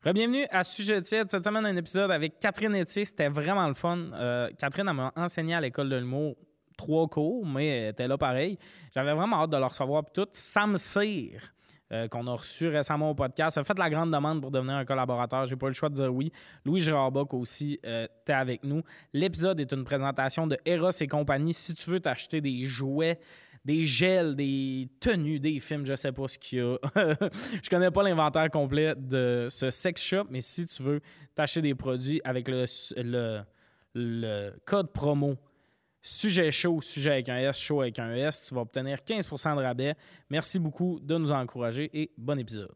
Bienvenue à Sujet tiède. Cette semaine, un épisode avec Catherine Etier. C'était vraiment le fun. Catherine, elle m'a enseigné à l'école de l'humour 3 cours, mais elle était là pareil. J'avais vraiment hâte de le recevoir. Puis tout, Sam Cyr, qu'on a reçu récemment au podcast, a fait la grande demande pour devenir un collaborateur. J'ai pas eu le choix de dire oui. Louis Gérard Bock aussi, t'es avec nous. L'épisode est une présentation de Eros et compagnie. Si tu veux t'acheter des jouets, des gels, des tenues, des films, je sais pas ce qu'il y a. Je connais pas l'inventaire complet de ce sex shop, mais si tu veux t'acheter des produits avec le code promo Sujet chaud, sujet avec un S, chaud avec un S, tu vas obtenir 15% de rabais. Merci beaucoup de nous encourager et bon épisode.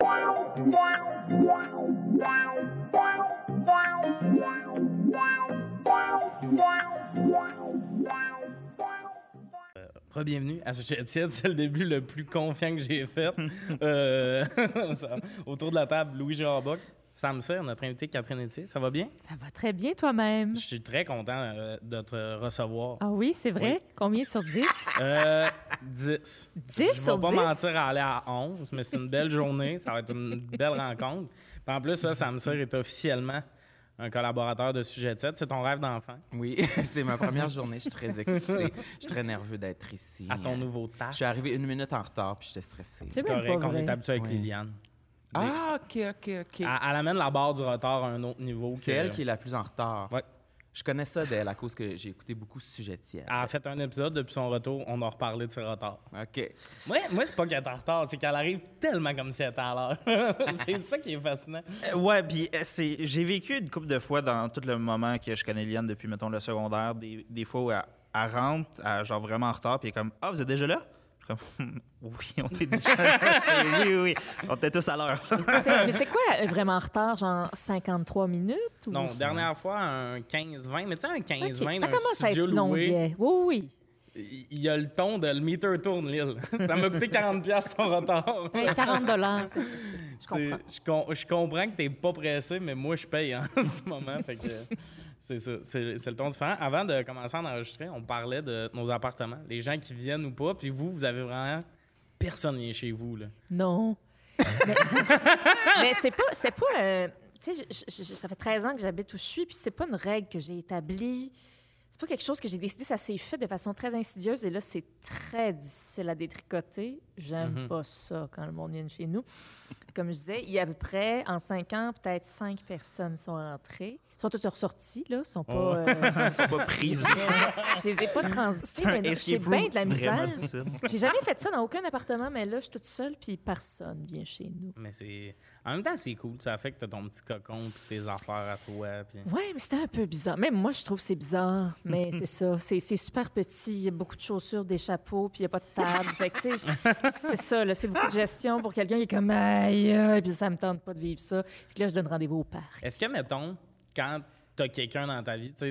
Bienvenue à Sujet tiède. C'est le début le plus confiant que j'ai fait. Autour de la table, Louis Gérard Bock, Sam Cyr, notre invité Catherine Etier. Ça va bien? Ça va très bien toi-même. Je suis très content de te recevoir. Ah oui, c'est vrai? Oui. Combien sur 10? 10. 10 sur 10? Je vais pas mentir à aller à 11, mais c'est une belle journée. Ça va être une belle rencontre. Puis en plus, ça, Sam Cyr est officiellement un collaborateur de Sujet tiède. C'est ton rêve d'enfant? Oui, c'est ma première journée. Je suis très excitée. Je suis très nerveux d'être ici. À ton nouveau taf? Je suis arrivé 1 minute en retard puis j'étais stressée. C'est correct, on est habitué avec Liliane. Ah, OK. Elle amène la barre du retard à un autre niveau. C'est elle qui est la plus en retard. Oui. Je connais ça d'elle à cause que j'ai écouté beaucoup Sujet tiède. Elle a fait un épisode depuis son retour. On a reparlé de ses retards. OK. Moi c'est pas qu'elle est en retard, c'est qu'elle arrive tellement comme si elle était à l'heure. C'est ça qui est fascinant. Ouais, puis j'ai vécu une couple de fois dans tout le moment que je connais Liliane depuis, mettons, le secondaire, des fois où elle rentre, genre vraiment en retard, puis elle est comme « Ah, vous êtes déjà là? » Je suis comme « Oui, on est déjà là. Oui, on était tous à l'heure. » Mais c'est quoi vraiment en retard? Genre 53 minutes? Ou... Non, dernière fois, un 15-20. Mais tu sais, un 15-20 ça d'un commence studio à être loué. Oui. Il y a le ton de le meter tourne l'île. Ça m'a coûté 40$ son retard. Oui, 40$, c'est ça. Je comprends. Je comprends que t'es pas pressé, mais moi, je paye en ce moment. Fait que c'est ça. C'est le ton différent. Avant de commencer à enregistrer, on parlait de nos appartements. Les gens qui viennent ou pas. Puis vous avez vraiment... Personne vient chez vous, là. Non. mais c'est pas tu sais, ça fait 13 ans que j'habite où je suis, puis c'est pas une règle que j'ai établie. C'est pas quelque chose que j'ai décidé, ça s'est fait de façon très insidieuse et là, c'est très difficile à détricoter. J'aime pas ça quand le monde vient chez nous. Comme je disais, il y a à peu près, en 5 ans, peut-être 5 personnes sont rentrées. Ils sont toutes ressorties, là. Ils sont pas... Ils sont pas prises. Je les ai pas transitées, mais j'ai bien de la misère. J'ai jamais fait ça dans aucun appartement, mais là, je suis toute seule, puis personne vient chez nous. Mais c'est... En même temps, c'est cool. Ça fait que t'as ton petit cocon puis tes affaires à toi. Puis... Oui, mais c'était un peu bizarre. Même moi, je trouve que c'est bizarre, mais c'est ça. C'est super petit. Il y a beaucoup de chaussures, des chapeaux, puis il n'y a pas de table. Fait que, tu sais, c'est ça, là. C'est beaucoup de gestion pour quelqu'un qui est comme « Aïe, puis ça me tente pas de vivre ça. » Puis là, je donne rendez-vous au parc. Est-ce que, mettons, quand t'as quelqu'un dans ta vie, tu sais,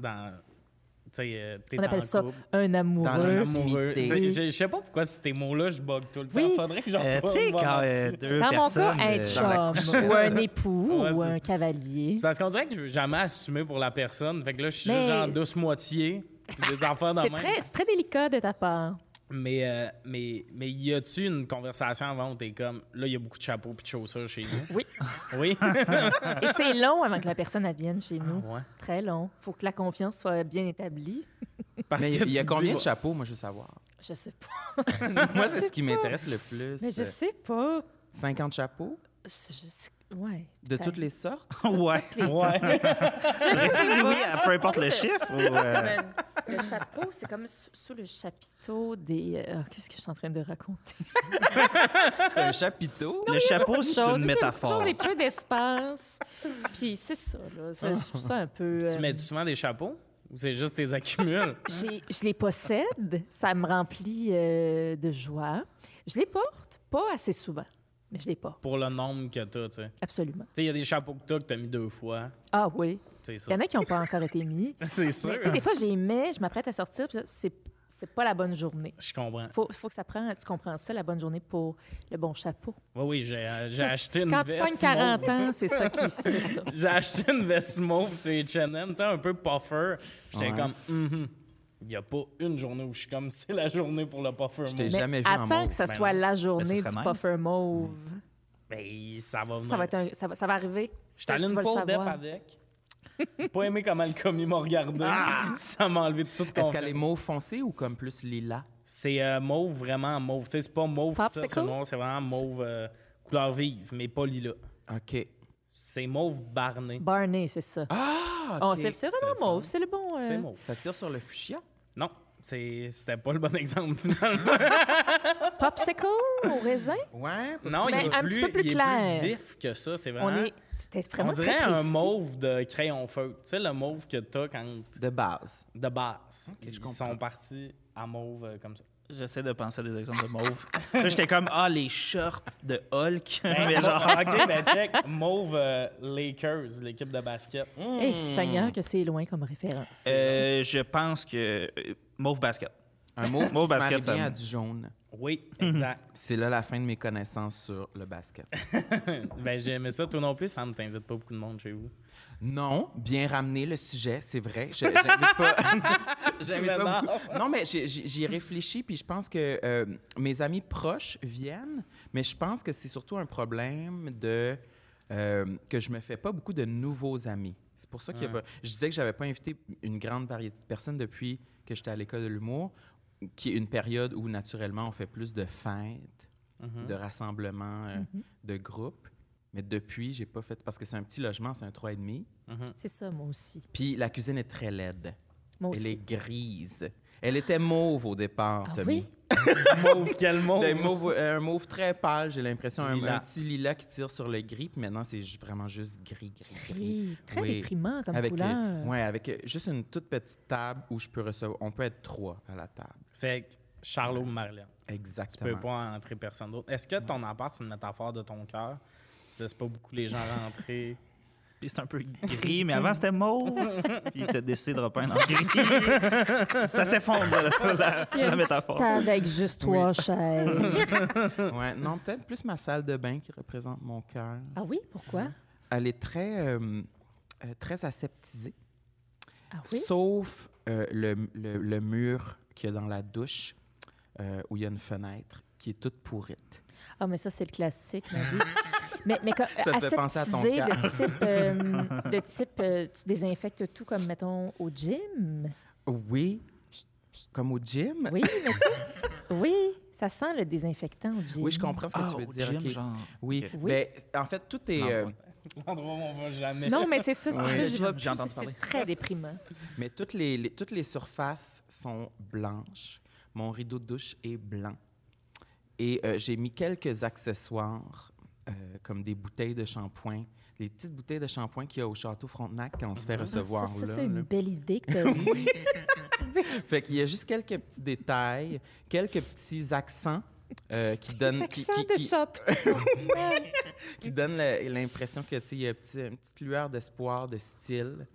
t'es on appelle ça couple, un amoureux. Dans amoureux. Oui. Je sais pas pourquoi ces mots-là, je bug tout le temps. Oui. Faudrait que j'en Tu sais, quand deux Dans mon cas, personnes... un chum ou un époux Ouais, ou c'est- un cavalier. C'est parce qu'on dirait que je veux jamais assumer pour la personne. Fait que là, je suis Mais- juste genre douce moitié. Puis des affaires dans C'est très délicat de ta part. Mais y a-tu une conversation avant où t'es comme, là, il y a beaucoup de chapeaux puis de chaussures chez nous? Oui. Oui? Et c'est long avant que la personne elle vienne chez nous. Ouais. Très long. Faut que la confiance soit bien établie. Parce Mais que il y a tu combien dis- de chapeaux, moi, je veux savoir. Je sais pas. Moi, c'est ce qui m'intéresse le plus. Mais je sais pas. 50 chapeaux Ouais. de toutes les sortes. Ouais. Ouais. Tu dis oui à peu importe le chiffre ou... Le chapeau, c'est comme sous le chapiteau des... qu'est-ce que je suis en train de raconter? Un chapiteau. Le chapeau, c'est une métaphore. Chose et peu d'espace. Puis c'est ça, là. Je trouve ça un peu... Tu mets souvent des chapeaux? Ou c'est juste tes accumules? Je les possède. Ça me remplit de joie. Je les porte, pas assez souvent, mais je les porte. Pour le nombre que t'as, tu sais. Absolument. Tu sais, il y a des chapeaux que t'as mis 2 fois. Ah oui. C'est Il ça. y en a qui n'ont pas encore été mis. C'est sûr. Mais, tu sais, des fois, j'ai mets, je m'apprête à sortir, puis là, c'est pas la bonne journée. Je comprends. Faut que ça prenne, tu comprends ça, la bonne journée pour le bon chapeau. Oui, j'ai Ça, acheté une quand tu veste pognes 40 mauve. ans, c'est ça qui... C'est ça. J'ai acheté une veste mauve sur H&M, tu sais, un peu puffer. J'étais Ouais. comme, il n'y a pas une journée où je suis comme, c'est la journée pour le puffer Je t'ai mauve. jamais vu Mais en attends mauve. que ça Ben soit non. la journée serait du nice. puffer mauve. Ben, ça va venir. Ça va, être ça va arriver. Je suis allé Tu une vas le fois au DEP savoir. avec. Pas aimé comment le commis m'a regardé. Ça m'a enlevé de toute Est-ce confiance. qu'elle est mauve foncé ou comme plus lilas? C'est mauve, vraiment mauve. Tu sais, c'est pas mauve Popsicle? c'est noir, c'est vraiment mauve couleur vive, mais pas lilas. OK. C'est mauve barné. Barney, c'est ça. Ah, Oh, OK. c'est vraiment mauve. C'est le bon. C'est mauve. Ça tire sur le fuchsia? Non, c'était pas le bon exemple finalement. Popsicle au raisin. Ouais. Non, Mais il est un petit peu plus clair. plus vif que ça. C'est vraiment. C'était vraiment On dirait très un précis. mauve de crayon feutre. Tu sais, le mauve que t'as quand De base. de base. Ok, je Ils comprends. sont partis à mauve comme ça. J'essaie de penser à des exemples de mauve. Là, j'étais comme, les shorts de Hulk. Ben, Mais genre, OK, ben check. Mauve Lakers, l'équipe de basket. Hey, Seigneur, que c'est loin comme référence. je pense que mauve basket. Un mauve Mauve qui se marie basket, ça bien me- à du jaune. Oui, exact. Puis c'est là la fin de mes connaissances sur le basket. Ben j'ai aimé ça. Toi non plus, ça ne t'invite pas beaucoup de monde chez vous. Non, bien ramené le sujet, c'est vrai. J'invite pas. J'invite pas m'énerves. beaucoup. Non, mais j'y ai réfléchi, puis je pense que mes amis proches viennent, mais je pense que c'est surtout un problème de que je me fais pas beaucoup de nouveaux amis. C'est pour ça que je disais que j'avais pas invité une grande variété de personnes depuis que j'étais à l'école de l'humour, qui est une période où naturellement on fait plus de fêtes, de rassemblements, de groupes. Mais depuis, j'ai pas fait parce que c'est un petit logement, c'est un 3,5. C'est ça, moi aussi. Puis la cuisine est très laide. Moi Elle aussi. est grise. Elle était mauve au départ, Ah Tommy. oui? Mauve, quel mauve? Un mauve très pâle, j'ai l'impression. Un Lilas. petit lilas qui tire sur le gris. Puis maintenant, c'est vraiment juste gris. Oui, très Oui. déprimant comme Avec, couleur. ouais, avec juste une toute petite table où je peux recevoir. On peut être 3 à la table. Fait que Charlot Marlène. Tu Exactement. peux pas entrer personne d'autre. Est-ce que ton appart, c'est une métaphore de ton cœur? Tu laisses pas beaucoup les gens rentrer. Puis c'est un peu gris, mais avant c'était mauve. Puis t'as décidé de repeindre en gris. Ça s'effondre, Il y a la une métaphore. petite table avec juste 3 chaises. Ouais, non, peut-être plus ma salle de bain qui représente mon cœur. Ah oui? Pourquoi? Elle est très aseptisée. Ah oui? Sauf le mur qu'il y a dans la douche, où il y a une fenêtre, qui est toute pourrite. Ah, mais ça, c'est le classique, ma vie. Mais comme, Ça te fait penser à ton aseptisé, cas. le type tu désinfectes tout comme, mettons, au gym? Oui, comme au gym. Oui, mais tu sais, oui, ça sent le désinfectant au gym. Oui, je comprends ce que tu veux Au dire. gym, ok. genre. Oui, Ok. Oui. mais en fait, tout est... Non, L'endroit où on va jamais. Non, mais c'est ça, c'est pour Oui. ça que je vais J'ai plus. entendu C'est parler. très déprimant. mais toutes les surfaces sont blanches. Mon rideau de douche est blanc. Et j'ai mis quelques accessoires, comme des bouteilles de shampoing, les petites bouteilles de shampoing qu'il y a au Château Frontenac quand on se fait recevoir ça, là. c'est une là. belle idée que tu as eue. Fait qu'il y a juste quelques petits détails, quelques petits accents qui donnent... Accent de château. qui donne l'impression que, tu sais, il y a une petite lueur d'espoir, de style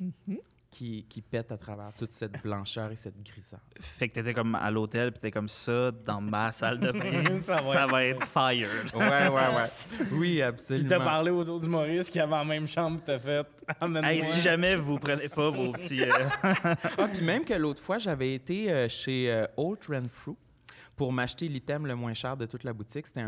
qui pète à travers toute cette blancheur et cette griseur. Fait que t'étais comme à l'hôtel, puis t'es comme ça, dans ma salle de bain. Ça va ça va être fire. Ouais. Oui, Puis absolument. t'as parlé aux autres humoristes qui avaient la même chambre que t'as fait. Amène-moi. Hey, si jamais vous prenez pas vos petits... Ah, puis même que l'autre fois, j'avais été chez Old Renfrew pour m'acheter l'item le moins cher de toute la boutique. C'était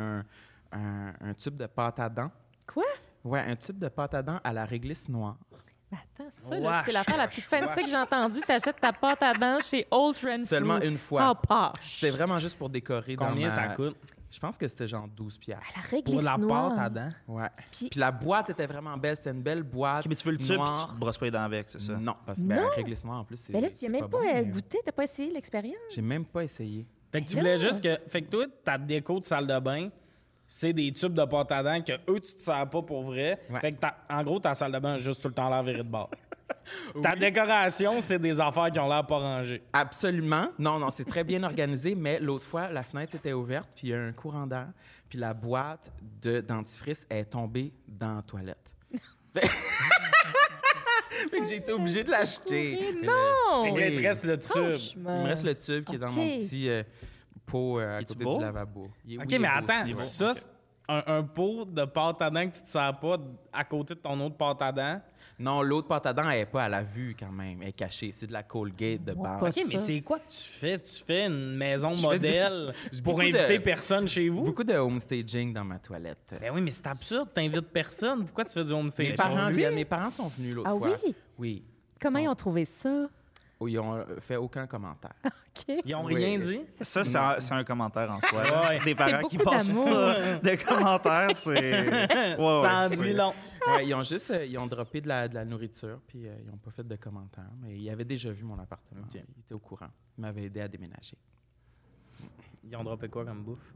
un tube de pâte à dents. Quoi? Ouais, un tube de pâte à dents à la réglisse noire. Mais attends, ça, là, Wesh. c'est l'affaire la plus fancy que j'ai entendue. T'achètes ta pâte à dents chez Old Renfrew. Seulement une fois. Oh, poche. C'est vraiment juste pour décorer dans Combien ma... ça coûte? Je pense que c'était genre 12 La piastres. réglisse Pour la noire. pâte à dents? Ouais. Puis- Puis la boîte était vraiment belle. C'était une belle boîte. Ok, mais tu veux le tube, puis noire. tu te brosses pas les dents avec, c'est ça? Non, parce que ben, Non. la réglisse noire, en plus, c'est Mais là, tu c'est n'as même pas bon, mais- goûté, t'as pas essayé l'expérience. J'ai même pas essayé. Fait que tu voulais juste que. Fait que toi, ta déco de salle de bain, c'est des tubes de pâte à dents que eux, tu te sers pas pour vrai. Ouais. Fait que en gros, ta salle de bain a juste tout le temps l'air virée de bord. Ta décoration, c'est des affaires qui ont l'air pas rangées. Absolument. Non, c'est très bien organisé, mais l'autre fois, la fenêtre était ouverte, puis il y a un courant d'air, puis la boîte de dentifrice est tombée dans la toilette. Fait que j'ai été obligé de l'acheter. Non! Fait que là, il te reste le tube. Franchement. Il me reste le tube qui est dans mon OK. petit pot à Es-tu côté beau? du lavabo. OK, mais attends, aussi, ouais. ça, un pot de pâte à dents que tu te sers pas à côté de ton autre pâte à dents. Non, l'autre pâte à dents, elle n'est pas à la vue quand même. Elle est cachée. C'est de la Colgate de Moi, base. pas OK, mais ça. c'est quoi que tu fais? Tu fais une maison Je fais modèle pour beaucoup inviter de- personne chez vous? Beaucoup de homestaging dans ma toilette. Ben oui, mais c'est absurde, t'invites personne. Pourquoi tu fais du homestay? Mes parents viennent. Mes parents sont venus l'autre Ah fois. oui? Oui. Comment Sont- ils ont trouvé ça? Oh, ils ont fait aucun commentaire. OK. Ils ont Oui. rien dit? Ça, c'est un commentaire en soi. Ouais. Des parents qui beaucoup passent d'amour. pas de commentaires, c'est... Ça en c'est- dit long. Ouais, ils ont juste ils ont droppé de la nourriture, puis ils n'ont pas fait de commentaires. Mais ils avaient déjà vu mon appartement. Ok. Ils étaient au courant. Ils m'avaient aidé à déménager. Ils ont droppé quoi comme bouffe?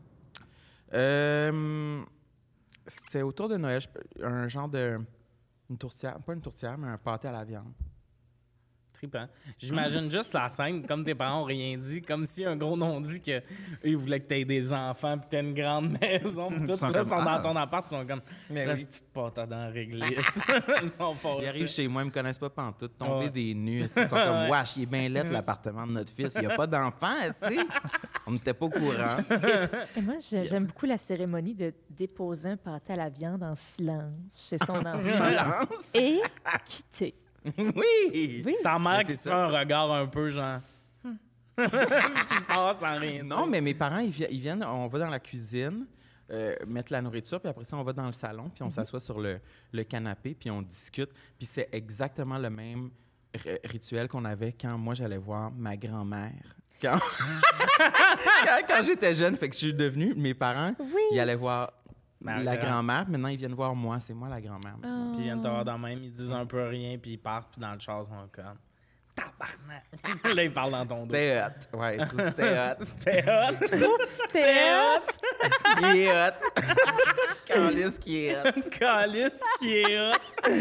C'était autour de Noël, un genre de... Une tourtière, pas une tourtière, mais un pâté à la viande. Trippant. J'imagine juste la scène, comme tes parents ont rien dit, comme si un gros non-dit que eux, ils voulaient que tu aies des enfants, puis tu une grande maison, puis tout. Ils sont Puis là, ils comme, sont dans ah. ton appart, ils sont comme, Mais la oui. petite pâte à dents réglée. Ils sont fâchés. Ils arrivent chez moi, ils me connaissent pas pantoute, tomber Ouais. des nues. Ils sont comme, wesh, il est bien laid l'appartement de notre fils. Il n'y a pas d'enfant, tu sais. On n'était pas au courant. Et moi, j'aime beaucoup la cérémonie de déposer un pâté à la viande en silence chez son enfant Violence. et quitter. Oui! Oui. Ta mère Mais qui c'est te fait ça. un regard un peu genre... qui passe sans rien dire. Non, mais mes parents, ils viennent, on va dans la cuisine, mettre la nourriture, puis après ça, on va dans le salon, puis on s'assoit sur le canapé, puis on discute. Puis c'est exactement le même rituel qu'on avait quand moi, j'allais voir ma grand-mère. Quand, quand j'étais jeune, fait que je suis devenu, mes parents, Oui. ils allaient voir Ma la grand- grand-mère. Maintenant, ils viennent voir moi. C'est moi la grand-mère. maintenant. Puis ils viennent te voir dans le même, ils disent un peu rien, puis ils partent, puis dans le char, ils sont comme... Tabarnak! Là, ils parlent dans ton dos. C'était hot. Ouais, je trouve que c'était hot. C'était hot! C'était hot. Il est hot. Câlisse qui est hot. Calice qui est hot!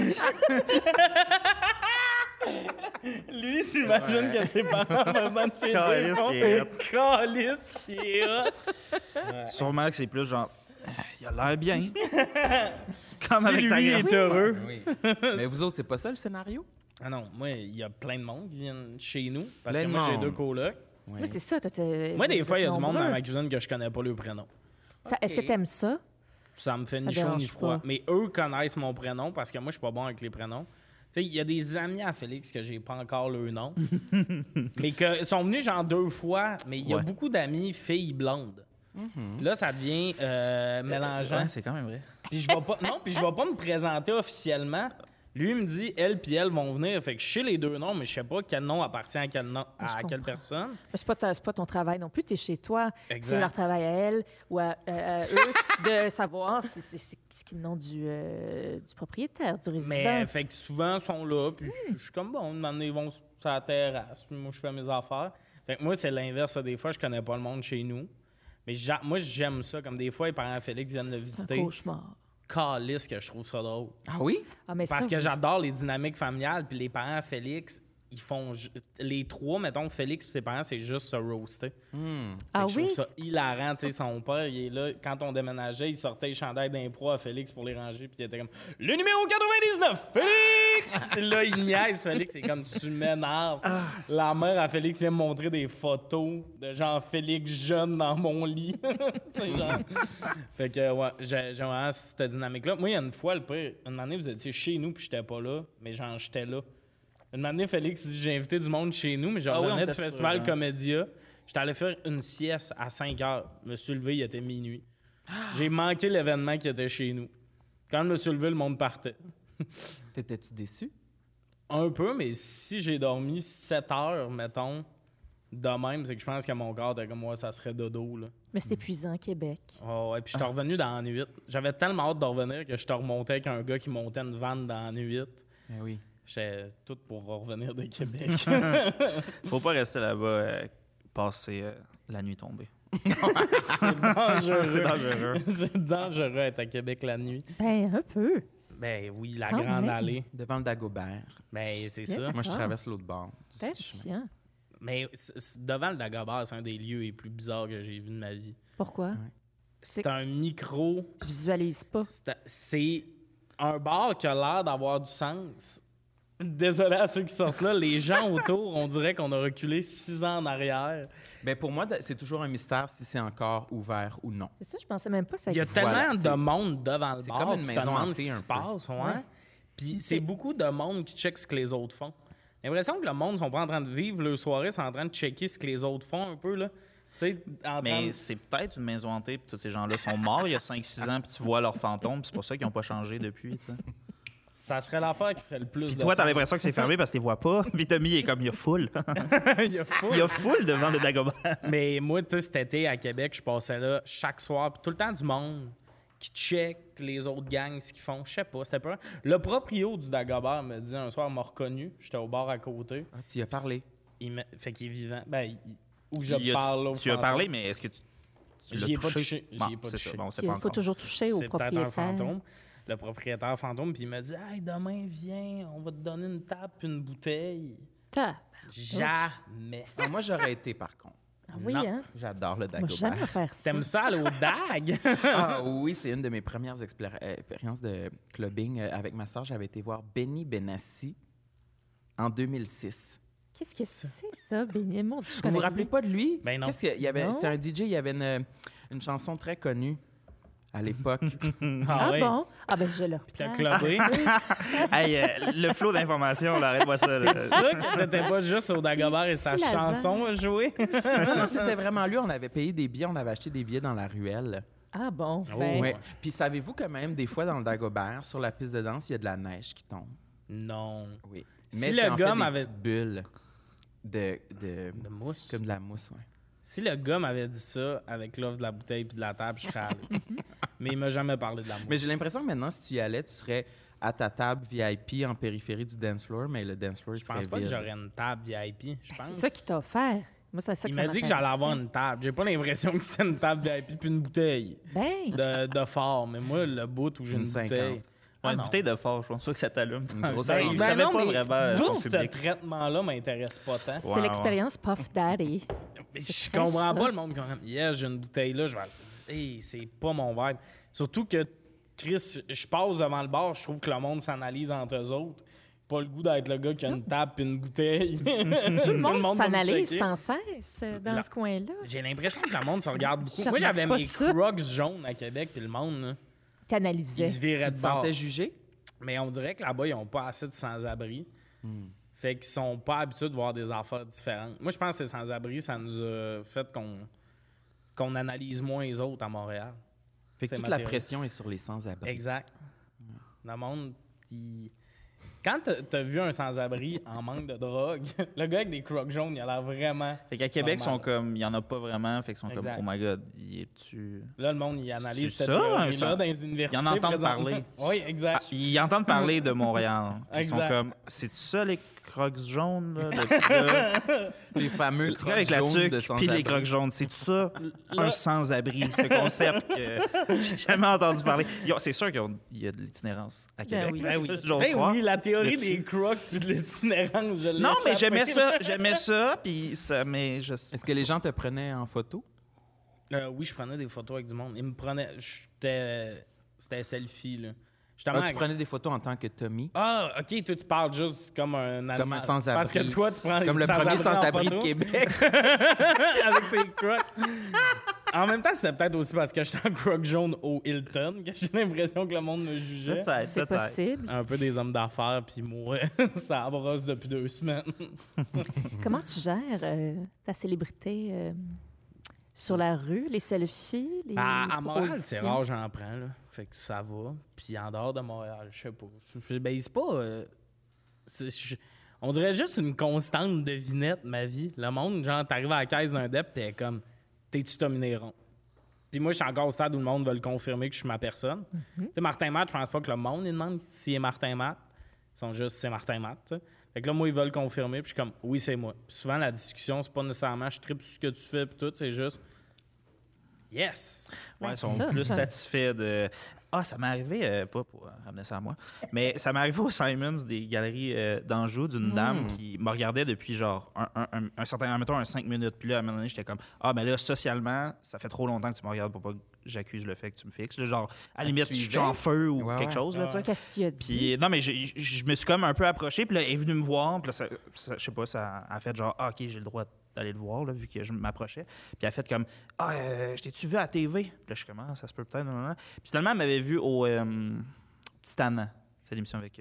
Lui, s'imagine Ouais. que ses parents venant de chez Calice eux font qui est hot. Calice qui est hot! Sûrement que c'est plus genre... Il a l'air bien. Comme Si avec ta lui grand- est heureux. Oui. Mais vous autres, c'est pas ça le scénario? Ah non, moi, il y a plein de monde qui viennent chez nous, parce Plein que de moi, j'ai monde. 2 colocs. Oui. Oui, c'est ça. Toi, Moi, des vous fois, il y a êtes du monde dans nombreux. ma cuisine que je connais pas le prénom. Est-ce que tu aimes ça? Ça me fait ni Ça chaud ni dérange froid. pas. Mais eux connaissent mon prénom parce que moi, je suis pas bon avec les prénoms. Tu sais, il y a des amis à Félix que j'ai pas encore leur nom, mais que sont venus genre 2 fois, mais il y a Ouais. beaucoup d'amis filles blondes. Puis là, ça devient mélangeant. Ouais, c'est quand même vrai. Puis je vais pas, non, puis je vais pas me présenter officiellement. Lui il me dit, elle puis elle vont venir. Fait que je sais les 2 noms, mais je sais pas quel nom appartient à quel, nom, Je à quelle comprends. personne. Mais c'est pas ton travail non plus. Tu es chez toi. Exact. C'est leur travail à elle ou à eux de savoir c'est ce qui est le nom du propriétaire, du résident. Mais fait que souvent, ils sont là, puis je suis comme, bon, maintenant, ils vont sur la terrasse, puis moi, je fais mes affaires. Fait que moi, c'est l'inverse. Des fois, je connais pas le monde chez nous. Mais moi, j'aime ça. Comme des fois, les parents à Félix viennent le C'est un visiter. cauchemar. Calisse que je trouve ça drôle. Ah oui? Ah, mais Parce ça, que oui. j'adore les dynamiques familiales, puis les parents à Félix, ils font... Les 3, mettons, Félix et ses parents, c'est juste se roaster. Ah Fait que je oui? trouve ça hilarant, tu sais, son père, il est là, quand on déménageait, il sortait les chandails d'impro à Félix pour les ranger, puis il était comme « Le numéro 99, Félix! » Puis là, il niaise, Félix, c'est comme « Tu m'énerves. La mère à Félix vient me montrer des photos de genre Félix jeune dans mon lit. Tu sais, genre... Fait que, ouais, j'ai vraiment cette dynamique-là. Moi, il y a une fois, le pire, une année, vous étiez chez nous, puis j'étais pas là, mais genre, j'étais là. Une année, Félix dit j'ai invité du monde chez nous, mais je Ah oui, on revenais du était festival sur, Comédia. J'étais allé faire une sieste à 5 heures. Je me suis levé, il était minuit. J'ai manqué l'événement qui était chez nous. Quand je me suis levé, le monde partait. T'étais-tu déçu? Un peu, mais si j'ai dormi 7 heures, mettons, de même, c'est que je pense que mon corps était comme moi, ça serait dodo. Là. Mais c'est épuisant, Québec. Oh, ouais, puis j'étais revenu dans la nuit. J'avais tellement hâte de revenir que je te remontais avec un gars qui montait une vanne dans la nuit. Ben oui. J'étais tout pour revenir de Québec. Faut pas rester là-bas passer la nuit tombée. C'est dangereux. C'est dangereux. C'est dangereux d'être à Québec la nuit. Ben, un peu. Ben oui, la Quand grande même. allée. Devant le Dagobert. Ben c'est Bien. ça. Moi, je Ah. traverse l'autre bord. du chemin. Terrifiant. Mais devant le Dagobert, c'est un des lieux les plus bizarres que j'ai vu de ma vie. Pourquoi? C'est un micro. Tu visualises pas. C'est un bar qui a l'air d'avoir du sens, Désolé à ceux qui sortent là. Les gens autour, on dirait qu'on a reculé 6 ans en arrière. Ben pour moi, c'est toujours un mystère si c'est encore ouvert ou non. C'est ça, je pensais même pas que ça Il y a existait. tellement Voilà, de monde devant le c'est bar, comme une tu te maison demandes ce hantée qui un se peu. passe. Ouais. Puis c'est beaucoup de monde qui check ce que les autres font. J'ai l'impression que le monde ne sont pas en train de vivre leur soirée, c'est en train de checker ce que les autres font un peu. Là. Tu sais, en train Mais de- c'est peut-être une maison hantée, puis tous ces gens-là sont morts il y a 5-6 ans, puis tu vois leurs fantômes, puis c'est pour ça qu'ils n'ont pas changé depuis. Tu sais. Ça serait l'affaire qui ferait le plus Puis de toi, t'as sens. l'impression que c'est fermé parce que tu les vois pas, puis Tommy il est comme il y a foule. Il y a fou. Il y a foule devant le Dagobah. Mais moi, tu sais, cet été à Québec, je passais là chaque soir, puis tout le temps du monde qui check les autres gangs, ce qu'ils font. Je sais pas, c'était pas. Le proprio du Dagobah me dit un soir, m'a reconnu. J'étais au bar à côté. Ah, tu y as parlé. Fait qu'il est vivant. Ou je Il y a- parle au tu as fantôme. parlé, mais est-ce que tu l'as J'y ai pas touché? touché. Bon, J'y ai pas c'est touché. ça. Bon, c'est Il pas faut encore. toujours toucher au C'est peut-être un propriétaire. fantôme. Le propriétaire fantôme, puis il m'a dit Hey, demain, viens, on va te donner une table puis une bouteille. Ah, Jamais. Ah, moi, j'aurais été, par contre. ah oui, Non. hein? J'adore le Moi, Dagobah. jamais faire ça. T'aimes ça aller au DAG? Ah oui, c'est une de mes premières expériences de clubbing. Avec ma soeur, j'avais été voir Benny Benassi en 2006. Qu'est-ce que c'est, ça, Béni? Mon Dieu, je Vous connais vous rappelez rien. pas de lui? Ben non. Qu'est-ce qu'il y avait? Non. C'est un DJ, il y avait une chanson très connue à l'époque. Ah ouais. bon? Ah ben, je le Puis t'as reprends. clubé. Hey, le flot d'informations, là, arrête-moi ça. là. T'es sûr que t'étais pas juste au Dagobah et sa Petit Lazare. chanson à jouer? Non, non, c'était vraiment lui. On avait payé des billets, on avait acheté des billets dans la ruelle. Ah bon? Oh, Ben, Ouais. Puis savez-vous que même des fois dans le Dagobah, sur la piste de danse, il y a de la neige qui tombe. Non. Oui. Si Mais le c'est en gars fait des m'avait- petites bulles de De mousse. comme de la mousse, ouais. Si le gars m'avait dit ça avec l'offre de la bouteille puis de la table, je serais allé. Mais il m'a jamais parlé de la mousse. Mais j'ai l'impression que maintenant, si tu y allais, tu serais à ta table VIP en périphérie du dance floor, mais le dance floor Je serait pense pas que vide. j'aurais une table VIP. Je pense. c'est ça qu'il t'a offert. Moi, c'est ça que Il ça m'a dit que j'allais m'intéressait. avoir une table. J'ai pas l'impression que c'était une table VIP puis une bouteille Ben, de fort. Mais moi, le bout où j'ai une, Une 50. bouteille. Ouais, une non. bouteille de fort, je pense pas que ça t'allume. Une grosse Ça, bouteille. il Ben savait non, pas mais vraiment d'où son ce public. traitement-là m'intéresse pas tant. c'est l'expérience Puff Daddy. Mais C'est je très comprends ça. pas le monde quand même. Yes, j'ai une bouteille là, je vais. Hey, c'est pas mon vibe. Surtout que, Chris, je passe devant le bar, je trouve que le monde s'analyse entre eux autres. Pas le goût d'être le gars qui a une table et une bouteille. Tout le monde va me s'analyse checker. sans cesse dans La- ce coin-là. J'ai l'impression que le monde se regarde beaucoup. Je Moi, j'avais remarque pas mes ça. Crocs jaunes à Québec, puis le monde, là, il T'analysais. se virait Tu de te bord. sentais jugé? Mais on dirait que là-bas, ils n'ont pas assez de sans-abri. Fait qu'ils sont pas habitués de voir des affaires différentes. Moi, je pense que ces sans-abri, ça nous a fait qu'on analyse moins les autres à Montréal. Fait que C'est toute ma la théorie. pression est sur les sans-abri. Exact. Le monde, il... Quand t'as vu un sans-abri en manque de drogue, le gars avec des crocs jaunes, il a l'air vraiment... Fait qu'à Québec, ils sont Normal. comme, il y en a pas vraiment, fait qu'ils sont Exact. comme, oh my god, y est-tu. Là, le monde, il analyse C'est cette ça, théorie-là un sans- dans les universités. Ils en entendent présentement. parler. Oui, exact. Ah, ils entendent parler de Montréal. Puis Ils sont Exact. comme, c'est-tu ça les crocs jaunes, là, le petit gars? Les fameux Le petit gars avec la crocs jaunes de tuque, puis les sans-abri. crocs jaunes, c'est ça, un sans-abri, ce concept que j'ai jamais entendu parler. C'est sûr qu'il y a de l'itinérance à Québec. oui. Ben oui. J'ose Ben croire. oui, la théorie Là-dessus. des crocs puis de l'itinérance, je l'ai Non, mais échappé. j'aimais ça, puis ça, mais je... Est-ce que les gens te prenaient en photo? Oui, je prenais des photos avec du monde. Ils me prenaient... C'était selfie, là. Ah, tu prenais des photos en tant que Tommy? Ah, OK, toi, tu parles juste comme un Comme un sans-abri. Parce que toi, tu prends Comme les le premier sans-abri en de photo Québec. avec ses crocs. En même temps, c'était peut-être aussi parce que j'étais en croc jaune au Hilton que j'ai l'impression que le monde me jugeait. Peut-être, C'est peut-être. possible. Un peu des hommes d'affaires, puis moi, ça brosse depuis 2 semaines. Comment tu gères ta célébrité sur la rue, les selfies, les À Montréal, c'est propositions? rare, j'en prends, là. Fait que ça va. Puis en dehors de Montréal, je sais pas. Ben, c'est pas... on dirait juste une constante devinette, ma vie. Le monde, genre, t'arrives à la caisse d'un dep, pis elle est comme, t'es-tu Tommy Néron? Puis moi, je suis encore au stade où le monde veut le confirmer que je suis ma personne. Tu sais, Martin Matt, je pense pas que le monde, il demande s'il est Martin Matt. Ils sont juste, c'est Martin Matt, tu sais. Fait que là, moi, ils veulent le confirmer, puis je suis comme, oui, c'est moi. Puis souvent, la discussion, c'est pas nécessairement, je tripe sur ce que tu fais, puis tout, c'est juste, yes! Ouais, ils sont ça, plus ça. satisfaits de. Ah, ça m'est arrivé, pas pour ramener ça à moi, mais ça m'est arrivé au Simons des galeries d'Anjou d'une dame qui me regardait depuis genre un certain, mettons, un 5 minutes. Puis là, à un moment donné, j'étais comme, ah, mais là, socialement, ça fait trop longtemps que tu me regardes pour pas que j'accuse le fait que tu me fixes. Là, genre, à la Elle limite, te je suis suivait? en feu ou Ouais, quelque ouais. chose, là, tu sais. Qu'est-ce que tu as dit? Puis, non, mais je me suis comme un peu approché, puis là, elle est venue me voir, puis là, je sais pas, ça a fait genre, ah, OK, j'ai le droit d'aller le voir, là, vu que je m'approchais. Puis elle a fait comme, ah, je t'ai-tu vu à la TV? Puis là, je suis comme, ah, ça se peut peut-être. Nan, nan, nan. Puis finalement, elle m'avait vu au Petit Amant. C'est l'émission avec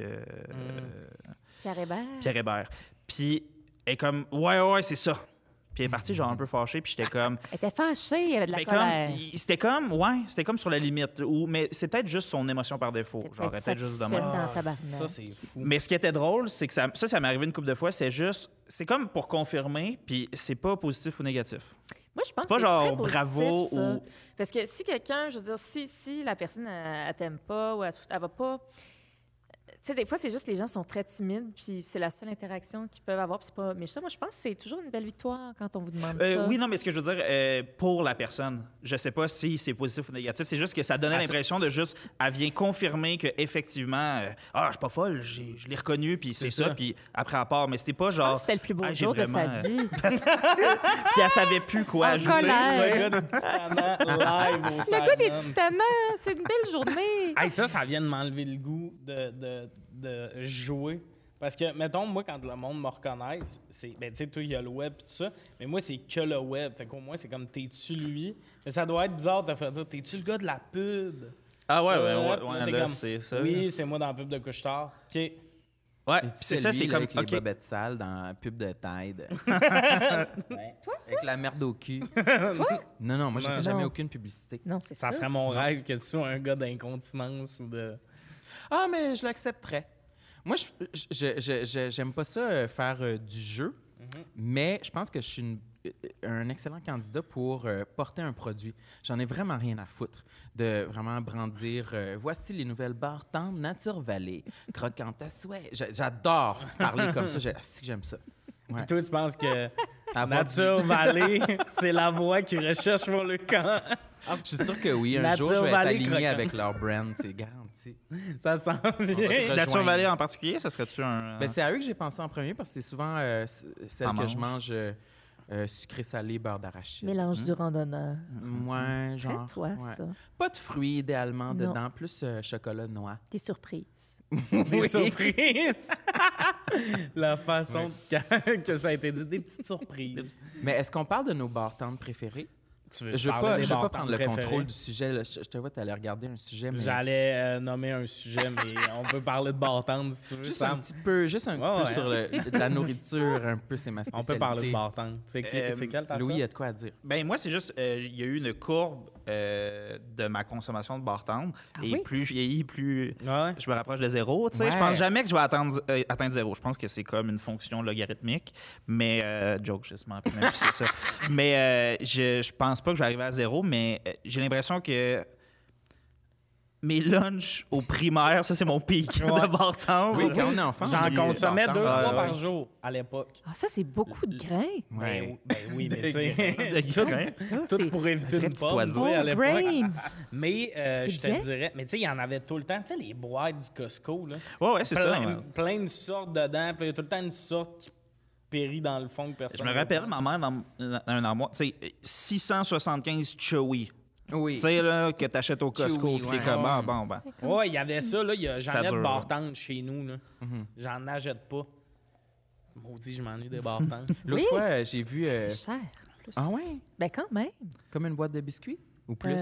Pierre Hébert. Pierre Hébert. Puis elle est comme, ouais, c'est ça. Puis elle est partie, genre, un peu fâchée, puis j'étais comme. Elle était fâchée, elle avait de la Mais colère. c'était comme sur la limite. Mais c'est peut-être juste son émotion par défaut. T'es Genre, elle peut-être était juste de satisfaite. même. en tabarnak. Ça, c'est fou. Mais ce qui était drôle, c'est que ça m'est arrivé une couple de fois, c'est comme pour confirmer, puis c'est pas positif ou négatif. Moi, je pense C'est pas que genre très positif, bravo ça. ou- Parce que si quelqu'un, je veux dire, si la personne, elle t'aime pas ou elle va pas... Tu sais, des fois, c'est juste que les gens sont très timides, puis c'est la seule interaction qu'ils peuvent avoir, puis c'est pas méchant. Moi, je pense que c'est toujours une belle victoire quand on vous demande ça. Oui, non, mais ce que je veux dire, pour la personne, je sais pas si c'est positif ou négatif, c'est juste que ça donnait l'impression de juste, elle vient confirmer qu'effectivement, je suis pas folle, je l'ai reconnu, puis c'est ça, puis après elle part, mais c'était pas Je genre. pense que c'était le plus beau Ah, j'ai jour de sa vraiment, vie. Puis elle savait plus quoi En ajouter. colère. tu sais. Le gars des petits tannants live au Le gars des Simon. petits tannants, c'est une belle journée. Hey, ça vient de m'enlever le goût de jouer. Parce que, mettons, moi, quand le monde me reconnaisse, c'est, ben, tu sais, toi, il y a le web et tout ça, mais moi, c'est que le web. Fait qu'au moins, c'est comme, t'es-tu lui? Mais ça doit être bizarre de te faire dire, t'es-tu le gars de la pub? Ah ouais, Là, t'es là, comme, c'est ça. oui, c'est moi dans la pub de Couche-Tard. OK. Ouais, Et puis tu c'est sais, ça, lui, c'est là, comme. avec les OK. bobettes sales dans la pub de Tide. Ouais. Avec la merde au cul. Non, moi, j'ai Non. fait jamais Non. aucune publicité. Non, c'est ça. Ça serait mon rêve que tu sois un gars d'incontinence ou de... Ah, mais je l'accepterais. Moi, j'aime pas ça faire du jeu, mais je pense que je suis un excellent candidat pour porter un produit. J'en ai vraiment rien à foutre de vraiment brandir voici les nouvelles barres tendres Nature Valley, croquantes à souhait. J'adore parler comme ça. Si que j'aime ça. Ouais. Puis toi, tu penses que Avoir Nature Valley, c'est la voie qu'ils recherchent pour le camp? Je suis sûr que oui. Un Nature jour, je vais être Valley aligné croquant. avec leur brand. C'est garanti. Ça sent bien. se Nature rejoindre. Valley en particulier, ça serait-tu un. Ben, c'est à eux que j'ai pensé en premier parce que c'est souvent celle T'en que je manges? mange sucré-salé, beurre d'arachide. Mélange du randonneur. Ouais, C'est genre. très toi, ouais. ça. Pas de fruits idéalement Non. dedans, plus chocolat noix. Des surprises. Des surprises. La façon que ça a été dit, des petites surprises. Mais est-ce qu'on parle de nos bartendes préférées? Tu veux Je veux parler pas, des je veux pas bartendes prendre le préférées? contrôle du sujet. Là. Je te vois, tu allais regarder un sujet, mais J'allais nommer un sujet, mais on peut parler de bartende si tu veux, juste Sam. un petit peu, juste un petit Ouais, peu ouais. sur de la nourriture, un peu, c'est ma On spécialité. peut parler de bartende. C'est quelle ta Louis, il y sorte? a de quoi à dire. Ben moi, c'est juste, il y a eu une courbe de ma consommation de bartende. Ah Et oui? plus je vieillis, plus Ouais. je me rapproche de zéro. Tu sais, je Ouais. pense jamais que je vais atteindre zéro. Je pense que c'est comme une fonction logarithmique. Mais, joke, justement, puis même si c'est ça. Mais je pense pas que je vais arriver à zéro, mais j'ai l'impression que mes lunchs au primaire, ça, c'est mon pic Ouais. de bartende. Oui, quand on est enfant, J'en on consommais 2-3 bartendes. ouais. par jour à l'époque. Ah, ça, c'est beaucoup de grains. Ouais. Ben oui, mais tu sais, De grain. Ah, tout c'est pour éviter vrai une petit pomme, oiseau. tu sais, à full l'époque. grain. Mais C'est je te bien. dirais, mais tu sais, il y en avait tout le temps, tu sais, les boîtes du Costco, là. Ouais, c'est ça. plein, ouais. plein de sortes dedans, puis il y a tout le temps une sorte qui périt dans le fond que personne. Je me rappelle, ma mère, dans un armoire, tu sais, 675 Chewy. Oui. Tu sais, là, que t'achètes au Costco, Chewy, puis t'es ouais. comme, ah, bon, ben. Ouais, il y avait ça, là. J'en Ça ai de dure. bartendes chez nous, là. Mhm. J'en achète pas. Maudit, je m'ennuie des bartendes. L'autre Oui. fois, j'ai vu... C'est cher. en plus. Ah ouais? Ben quand même. Comme une boîte de biscuits? Ou plus?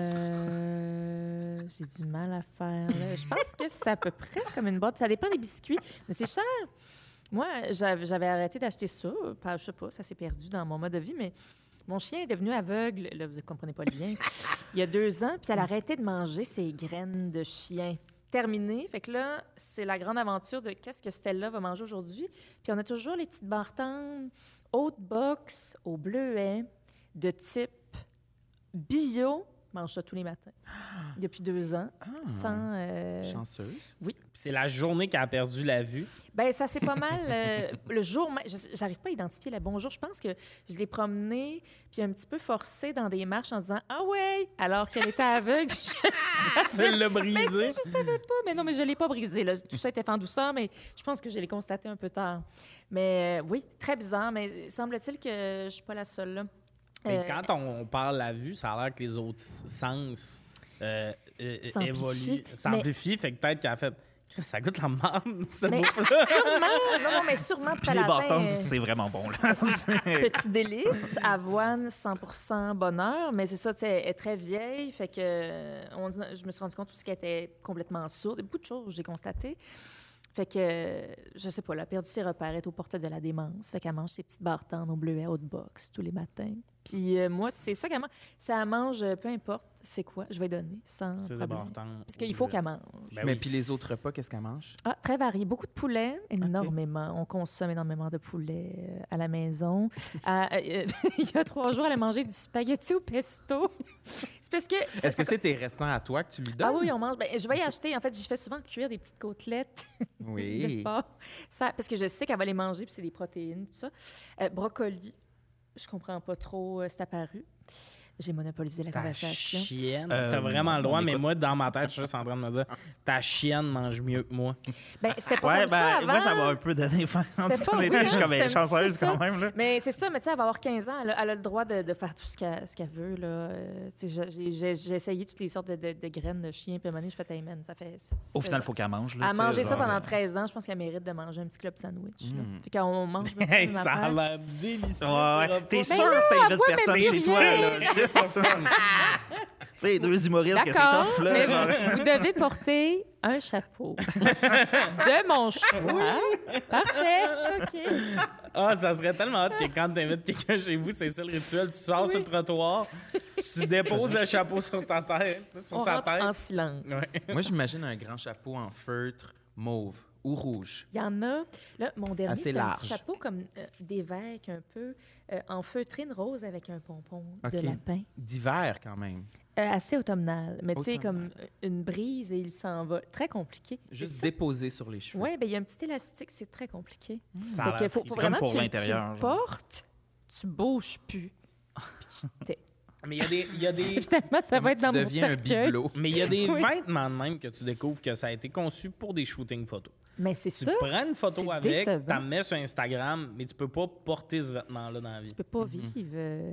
J'ai du mal à faire. Là. Je pense que c'est à peu près comme une boîte. Ça dépend des biscuits, mais c'est cher. Moi, j'avais arrêté d'acheter ça. Je sais pas, ça s'est perdu dans mon mode de vie, mais mon chien est devenu aveugle. Là, vous ne comprenez pas le lien. Il y a 2 ans, puis elle a arrêté de manger ses graines de chien. Terminé. Fait que là, c'est la grande aventure de qu'est-ce que Stella va manger aujourd'hui. Puis on a toujours les petites bartendes haute box au bleuet de type bio. Mange ça tous les matins. Depuis 2 ans. Sans. Chanceuse. Puis c'est la journée qu'elle a perdu la vue. Ben ça c'est pas mal le jour même. J'arrive pas à identifier le bon jour. Je pense que je l'ai promenée puis un petit peu forcée dans des marches en disant ah ouais alors qu'elle était aveugle. Puis je Tu savais- l'as Mais brisé. si, je savais pas. Mais non, mais je l'ai pas brisé. Là. Tout ça était fait en douceur, mais je pense que je l'ai constaté un peu tard. Mais oui, très bizarre. Mais semble-t-il que je suis pas la seule là. Mais quand on parle la vue, ça a l'air que les autres sens S'amplifie. évolue, s'amplifie. Fait que peut-être qu'elle a fait ça goûte la merde, ce Mais bouffe-là. sûrement, non, mais sûrement, Puis ça les la bartendes, teint, c'est vraiment bon, là. petit délice, avoine, 100% bonheur, mais c'est ça, tu sais, elle est très vieille, fait que je me suis rendu compte aussi qu'elle était complètement sourde. Beaucoup de choses, j'ai constaté. Fait que, je sais pas, elle a perdu ses repères, elle est aux portes de la démence. Fait qu'elle mange ses petites barres tendres au bleuet haute box tous les matins. Puis moi, c'est ça qu'elle mange. Ça elle mange, peu importe c'est quoi, je vais donner sans C'est problème. débartant. Parce qu'il faut qu'elle mange. Ben Mais oui. puis les autres repas, qu'est-ce qu'elle mange? Ah, très varié. Beaucoup de poulet, énormément. On consomme énormément de poulet à la maison. Il y a 3 jours, elle a mangé du spaghetti au pesto. C'est parce que... Est-ce que c'est tes restants à toi que tu lui donnes? Ah oui, on mange. Ben, je vais y acheter. En fait, je fais souvent cuire des petites côtelettes Oui. de porc. Ça, parce que je sais qu'elle va les manger, puis c'est des protéines, tout ça. Brocoli, je comprends pas trop, c'est apparu. J'ai monopolisé la Ta conversation. chienne, t'as vraiment le droit, on mais écoute. moi, dans ma tête, je suis juste en train de me dire ta chienne mange mieux que moi. Ben, c'était pas Ouais, comme ça avant. moi, ça m'a un peu donné faim. C'était pas- oui, Je suis hein, comme c'était- chanceuse c'est ça. quand même, là. Mais c'est ça, mais tu sais, elle va avoir 15 ans, elle a le droit de faire tout ce qu'elle veut. Là. Tu sais, j'ai essayé toutes les sortes de graines de chien, puis à un moment donné, je fais Amen. Ça fait. Au final, il faut qu'elle mange. Là, Elle a tu sais, mangé ça genre, pendant 13 ans. Je pense qu'elle mérite de manger un petit club sandwich. Là. Fait qu'on mange même Hey, une ça a affaire. l'air délicieux. Ouais, ce t'es repas. sûr que t'invites avouez, personne mais chez plus toi, rien. là. Tu sais, 2 humoristes que c'est D'accord, tough, là. mais genre. vous devez porter un chapeau. De mon choix. Parfait, OK. Ah, ça serait tellement hot que quand t'invites quelqu'un chez vous, c'est ça le rituel. Tu sors sur le trottoir, tu déposes le chapeau sur ta tête, sur On sa rentre tête. en silence. Ouais. Moi, j'imagine un grand chapeau en feutre mauve ou rouge. Il y en a. Là, mon dernier, Assez c'est un large. petit chapeau comme d'évêque, un peu, en feutrine rose avec un pompon de OK. lapin. D'hiver, quand même. Assez automnal. Mais tu sais, Automnal. comme une brise et il s'envole. Très compliqué. Juste C'est ça. déposé sur les cheveux. Oui, bien, il y a un petit élastique, c'est très compliqué. Ça a Fait l'air que faut frisé. vraiment comme pour que tu l'intérieur, le genre. portes, tu bouges plus. Puis tu te tais. Mais il y a des Évidemment, ça va être Tu dans mon deviens un cercueil. bibelot. Mais il y a des Oui. vêtements de même que tu découvres que ça a été conçu pour des shootings photos. Mais c'est Tu ça. prends une photo c'est avec, décevant. t'en mets sur Instagram, mais tu peux pas porter ce vêtement-là dans la vie. Tu peux pas vivre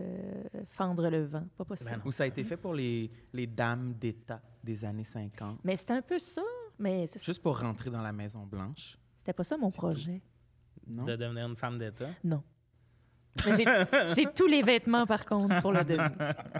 fendre le vent. Pas possible. Ben non. Ou ça a été fait pour les dames d'État des années 50. Mais c'était un peu ça. Mais c'est ça. Juste pour rentrer dans la Maison-Blanche. C'était pas ça mon projet. Non? De devenir une femme d'État. Non. Mais j'ai tous les vêtements, par contre, pour le devenir.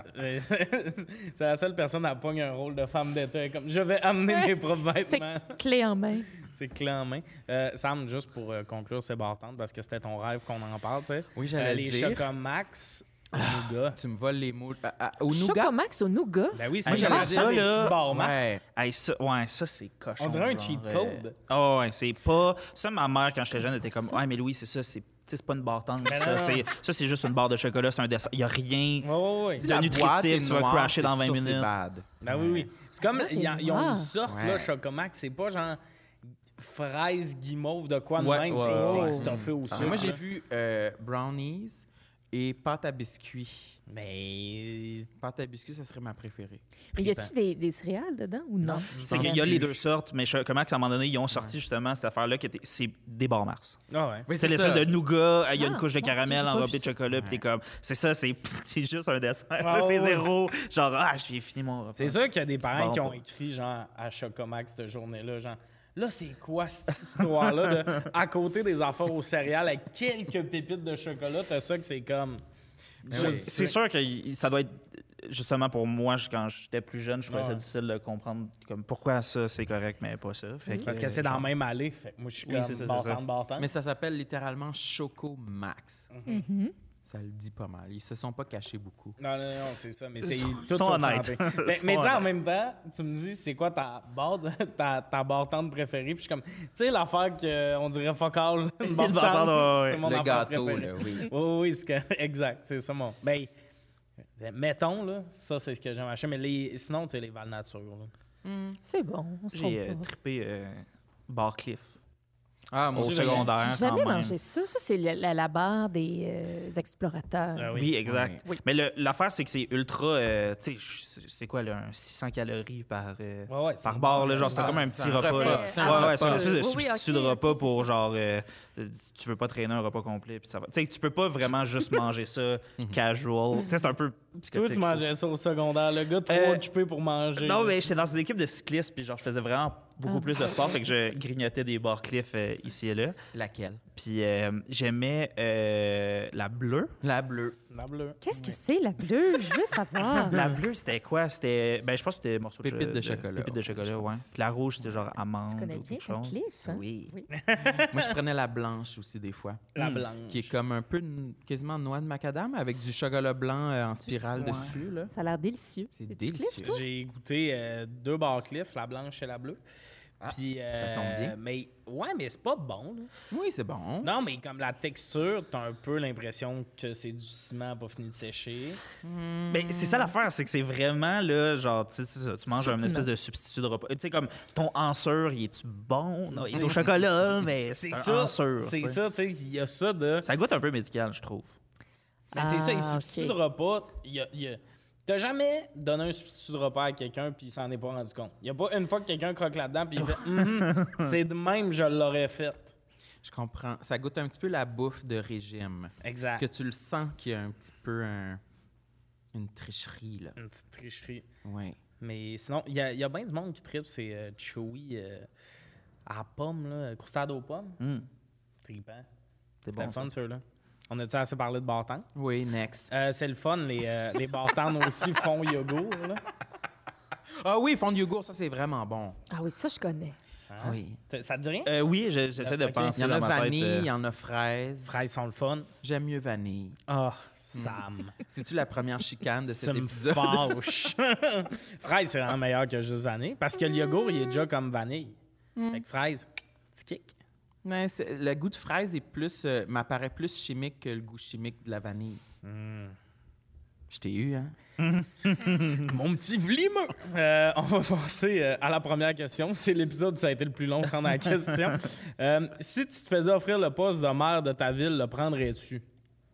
C'est la seule personne à pogner un rôle de femme d'État. Comme je vais amener mes propres C'est vêtements. clé en main. C'est clé en main. Sam, juste pour conclure ces bartendes, parce que c'était ton rêve qu'on en parle, tu sais. Oui, j'allais Les le dire. Chocomax au nougat. Tu me voles les mots. Au nougat? Chocomax au nougat. Ben oui, Moi, c'est j'aime comme ça, des là. petits bars Max. Ouais. Hey, ça, c'est cochon. On dirait un genre, cheat code. Ah ouais, c'est pas... Ça, ma mère, quand j'étais jeune, était comme... Ouais, mais Louis, c'est ça, c'est... tu sais, c'est pas une barre tendre. Mais Ça, non. ça, c'est juste une barre de chocolat, c'est un dessert. Il y a rien... Ouais. Si De la nutritif, boîte est tu vas noire, crasher c'est dans 20 sûr, c'est minutes. bad. Ben oui. C'est comme, Là, ils ont noir. une sorte, là, Ouais. Chocomax. C'est pas genre fraise guimauve de quoi de Ouais, même. ouais, C'est ouais. stuffé au sucre. Moi, j'ai là. vu brownies et pâte à biscuits. Mais Pâte à biscuits, ça serait ma préférée. Mais y a-tu des céréales dedans ou non? C'est qu'il y a les deux sortes, mais Chocomax, à un moment donné, ils ont sorti justement cette affaire-là, c'est des barres Mars. ah ouais. Oui, C'est l'espèce de nougat, il y a une Ah, couche de mon caramel Dieu, j'ai pas enrobée vu de ça. chocolat, puis t'es comme... C'est ça, c'est juste un dessert. Tu sais, Ah, c'est ouais. zéro. Genre, j'ai fini mon repas. C'est sûr qu'il y a des parents bon qui ont pas. écrit genre à Chocomax cette journée-là, genre là c'est quoi cette histoire-là de à côté des affaires aux céréales avec quelques pépites de chocolat, t'as ça que c'est comme. C'est sûr que ça doit être... Justement, pour moi, quand j'étais plus jeune, je trouvais ça Ouais. difficile de comprendre comme pourquoi ça, c'est correct, mais pas ça. Fait Parce que c'est dans la genre, même allée. Fait que moi je suis Oui, comme c'est ça, c'est ça. bartende. Mais ça s'appelle littéralement Choco Max. Mhm. Ça le dit pas mal. Ils se sont pas cachés beaucoup. Non, c'est ça. Mais c'est Ils tout sont sur honnêtes. santé. Ils Mais sont tu sais, en honnêtes. même temps, tu me dis, c'est quoi ta bartende préférée? Puis je suis comme, tu sais, l'affaire qu'on dirait fuck all, une bartende, bartende, ouais. c'est mon Le affaire gâteau, préférée. là, oui. Oui, exact, c'est ça mon. Ben, mettons, là, ça c'est ce que j'aime acheter, mais sinon, tu sais, les Valnatures, là. C'est bon, on se trompe J'ai pas. trippé Barcliff. Ah, moi au aussi, secondaire. J'ai jamais quand même. mangé ça. Ça, c'est la barre des explorateurs. Ah Oui, exact. Oui. Mais l'affaire, c'est que c'est ultra. Tu sais, c'est quoi, là, un 600 calories par c'est barre, là, genre, c'est c'est comme un c'est petit un repas. repas. Là. C'est un Ouais, repas. c'est une espèce de Oui, oui, substitut ok, de repas ok, pour, c'est ça. genre, tu veux pas traîner un repas complet. Puis ça va. Tu sais, tu peux pas vraiment juste manger ça casual. Tu sais, c'est un peu. Toi, psychotique, tu mangeais ça au secondaire. Le gars trop occupé pour manger. Non, là. mais j'étais dans une équipe de cyclistes, puis genre, je faisais vraiment beaucoup plus de sport, fait que je grignotais des barres Cliff ici et là. Laquelle? Puis j'aimais la bleue. La bleue. La bleue. Qu'est-ce que c'est, la bleue? Je veux savoir. La bleue, c'était quoi? C'était. Ben, je pense que c'était morceau Pépites de chocolat. Pépites de chocolat, Je ouais. pense. Puis la rouge, c'était genre amande. Tu connais ou bien quelque ta chose. Cliff, hein? Oui. Moi, je prenais la blanche aussi, des fois. La blanche. Qui est comme un peu quasiment noix de macadam avec du chocolat blanc en spirale Ouais. dessus. Là. Ça a l'air délicieux. C'est Es-tu délicieux. Cliff, toi? J'ai goûté 2 barres Cliff, la blanche et la bleue. Puis, ça tombe bien. Mais ouais, mais c'est pas bon. Là. Oui, c'est bon. Non, mais comme la texture, t'as un peu l'impression que c'est du ciment pas fini de sécher. Ben, c'est ça l'affaire, c'est que c'est vraiment, là, genre, tu sais, c'est ça, tu manges un espèce de substitut de repas. Tu sais, comme ton anseur, il est-tu bon? Non, il est au chocolat, mais c'est un anseur. C'est tu sais. ça, tu sais, il y a ça de. Ça goûte un peu médical, je trouve. Ben, c'est ça, les Ah, substituts ok. de repas, t'as jamais donné un substitut de repas à quelqu'un puis il s'en est pas rendu compte. Il y a pas une fois que quelqu'un croque là-dedans puis il fait c'est de même je l'aurais fait. Je comprends. Ça goûte un petit peu la bouffe de régime. Exact. Que tu le sens qu'il y a un petit peu une tricherie, là. Une petite tricherie. Oui. Mais sinon, il y a bien du monde qui tripe, c'est Chewy à la pomme, là, croustade aux pommes. Trippant. C'est C'est bon. le fun, Ça. ceux-là. On a-tu assez parlé de bartend? Oui, next. C'est le fun, les bartendes aussi font yogourt. Là. Ah oui, fond de yogourt, ça, c'est vraiment bon. Ah oui, ça, je connais. Hein? Oui. Ça te dit rien? Oui, j'essaie de Ok. penser Il y en a dans ma vanille, tête. il y en a fraise. Fraises sont le fun. J'aime mieux vanille. Ah, Sam. C'est-tu la première chicane de Ça cet me épisode? fâche. Fraise, c'est vraiment meilleur que juste vanille. Parce que le yogourt, il est déjà comme vanille. Fait que fraise, petit kick. Ouais, le goût de fraise est plus m'apparaît plus chimique que le goût chimique de la vanille. Je t'ai eu, hein? Mon petit vlimeux! On va passer à la première question. C'est l'épisode où ça a été le plus long, on se rend à la question. Si tu te faisais offrir le poste de maire de ta ville, le prendrais-tu?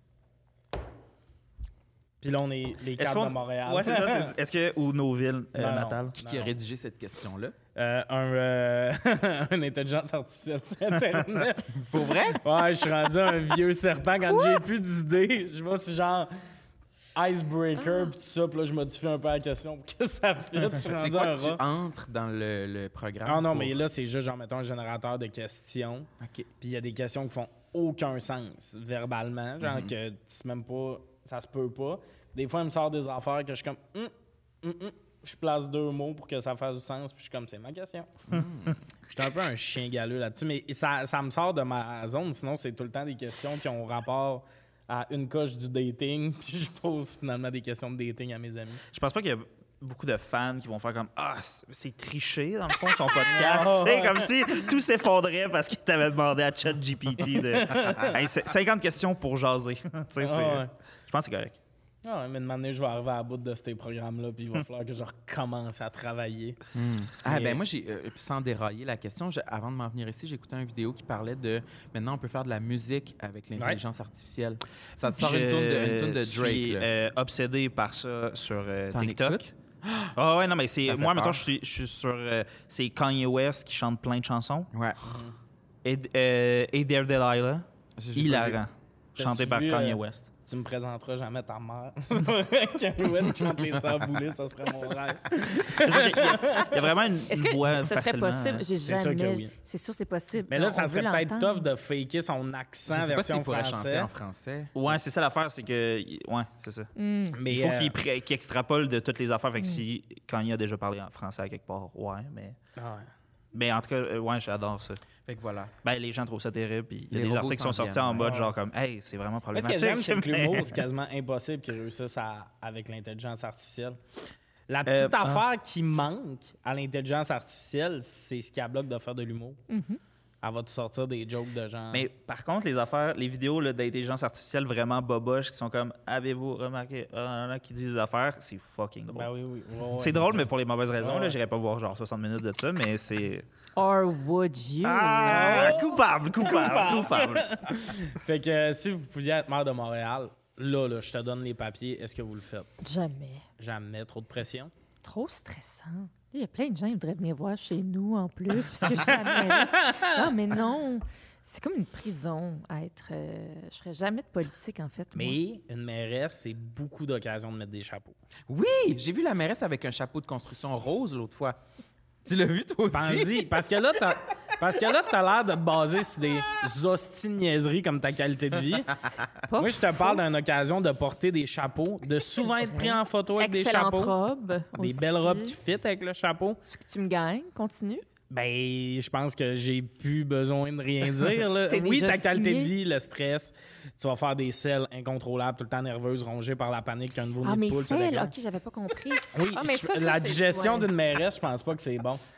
Puis là, on est les Est-ce quatre qu'on. de Montréal. Ouais, c'est ça. Est-ce que. Ou nos villes Non, natales? Qui a rédigé cette question-là? Une intelligence artificielle sur Internet. Pour vrai? Ouais, je suis rendu un vieux serpent quand j'ai plus d'idées. Je vois, c'est genre icebreaker pis tout ça. Puis là, je modifie un peu la question pour que ça fitte. Je suis C'est rendu quoi un que tu rat. entres dans le programme? Ah non, pour- mais là, c'est juste, genre, mettons, un générateur de questions. OK. Puis il y a des questions qui font aucun sens verbalement. Genre que c'est même pas. Ça se peut pas. Des fois, il me sort des affaires que je suis comme. Je place 2 mots pour que ça fasse du sens. Puis je suis comme, c'est ma question. Je suis un peu un chien galeux là-dessus. Mais ça me sort de ma zone. Sinon, c'est tout le temps des questions qui ont rapport à une coche du dating. Puis je pose finalement des questions de dating à mes amis. Je pense pas qu'il y a beaucoup de fans qui vont faire comme Ah, c'est triché dans le fond son podcast. Tu sais, comme si tout s'effondrait parce qu'il t'avait demandé à ChatGPT de Hey, 50 questions pour jaser. Tu sais, c'est- ouais. Je pense que c'est correct. Ah ouais, mais de manière, je vais arriver à la bout de ces programmes-là. Puis il va falloir que je recommence à travailler. Ah, Mais- ben moi, j'ai sans dérailler la question, avant de m'en venir ici, j'ai écouté une vidéo qui parlait de maintenant, on peut faire de la musique avec l'intelligence artificielle. Ça te sort une toune de Je Drake. suis là. obsédé par ça sur T'en TikTok. écoutes? Ah ouais, non, mais c'est. Ça fait Moi, maintenant, peur. je suis sur. C'est Kanye West qui chante plein de chansons. Ouais. Et Dare Delilah, J'ai pas vu. hilarant. Chanté T'as-tu par vu, Kanye West. Tu me présenteras jamais ta mère. Kanye West qui chante les sœurs boulées, ça serait mon rêve. Il y a vraiment une Est-ce voix que ce serait facilement, possible? J'ai C'est sûr que jamais. oui. C'est sûr, c'est possible. Mais là, On ça serait veut peut-être l'entendre. tough de faker son Je accent sais pas version s'il pourrait français. chanter en français. Ouais, c'est ça l'affaire, c'est que. Ouais, c'est ça. Mais Il faut qu'il extrapole de toutes les affaires. Fait que si Kanye a déjà parlé en français à quelque part, ouais, mais. Ah ouais. Mais en tout cas, ouais, j'adore ça. Fait que voilà. Ben, les gens trouvent ça terrible. Puis il y a Les des robots articles qui sont s'en sortis en viennent, mode ouais. genre comme, hey, c'est vraiment Moi, ce que problématique. j'aime, c'est que mais- l'humour, c'est quasiment impossible qu'ils réussissent avec l'intelligence artificielle. La petite affaire qui manque à l'intelligence artificielle, c'est ce qui la bloque de faire de l'humour. Elle va te sortir des jokes de genre. Mais par contre, les vidéos là, d'intelligence artificielle vraiment boboches qui sont comme avez-vous remarqué qui disent des affaires, c'est fucking drôle. Ben oui, oui. Ouais, ouais. C'est drôle, mais pour les mauvaises raisons. Ouais. Là, j'irais pas voir genre 60 minutes de ça, mais c'est. Or would you? Ah! Coupable. Fait que si vous pouviez être maire de Montréal, là, je te donne les papiers. Est-ce que vous le faites? Jamais. Jamais. Trop de pression? Trop stressant. Il y a plein de gens qui voudraient venir voir chez nous en plus, puisque jamais. Non, mais non. C'est comme une prison à être. Je ferais jamais de politique, en fait. moi. Mais une mairesse, c'est beaucoup d'occasions de mettre des chapeaux. Oui, j'ai vu la mairesse avec un chapeau de construction rose l'autre fois. Tu l'as vu, toi aussi? Pense-y, parce que là, t'as l'air de te baser sur des hosties de niaiseries comme ta qualité de vie. Pas Moi, je te faux. parle d'une occasion de porter des chapeaux, de souvent être pris en photo avec des Excellente chapeaux. robe. Des aussi. belles robes qui fit avec le chapeau. Est-ce que tu me gagnes? Continue. Ben, je pense que j'ai plus besoin de rien dire. Là. C'est Oui, déjà ta qualité de signé. vie, le stress, tu vas faire des selles incontrôlables, tout le temps nerveuse, rongée par la panique qu'un nouveau Ah, nid de mais poule se celle, déclenche. OK, j'avais pas compris. Oui, Ah, mais ça, la c'est- digestion ouais. d'une mairesse, je pense pas que c'est bon.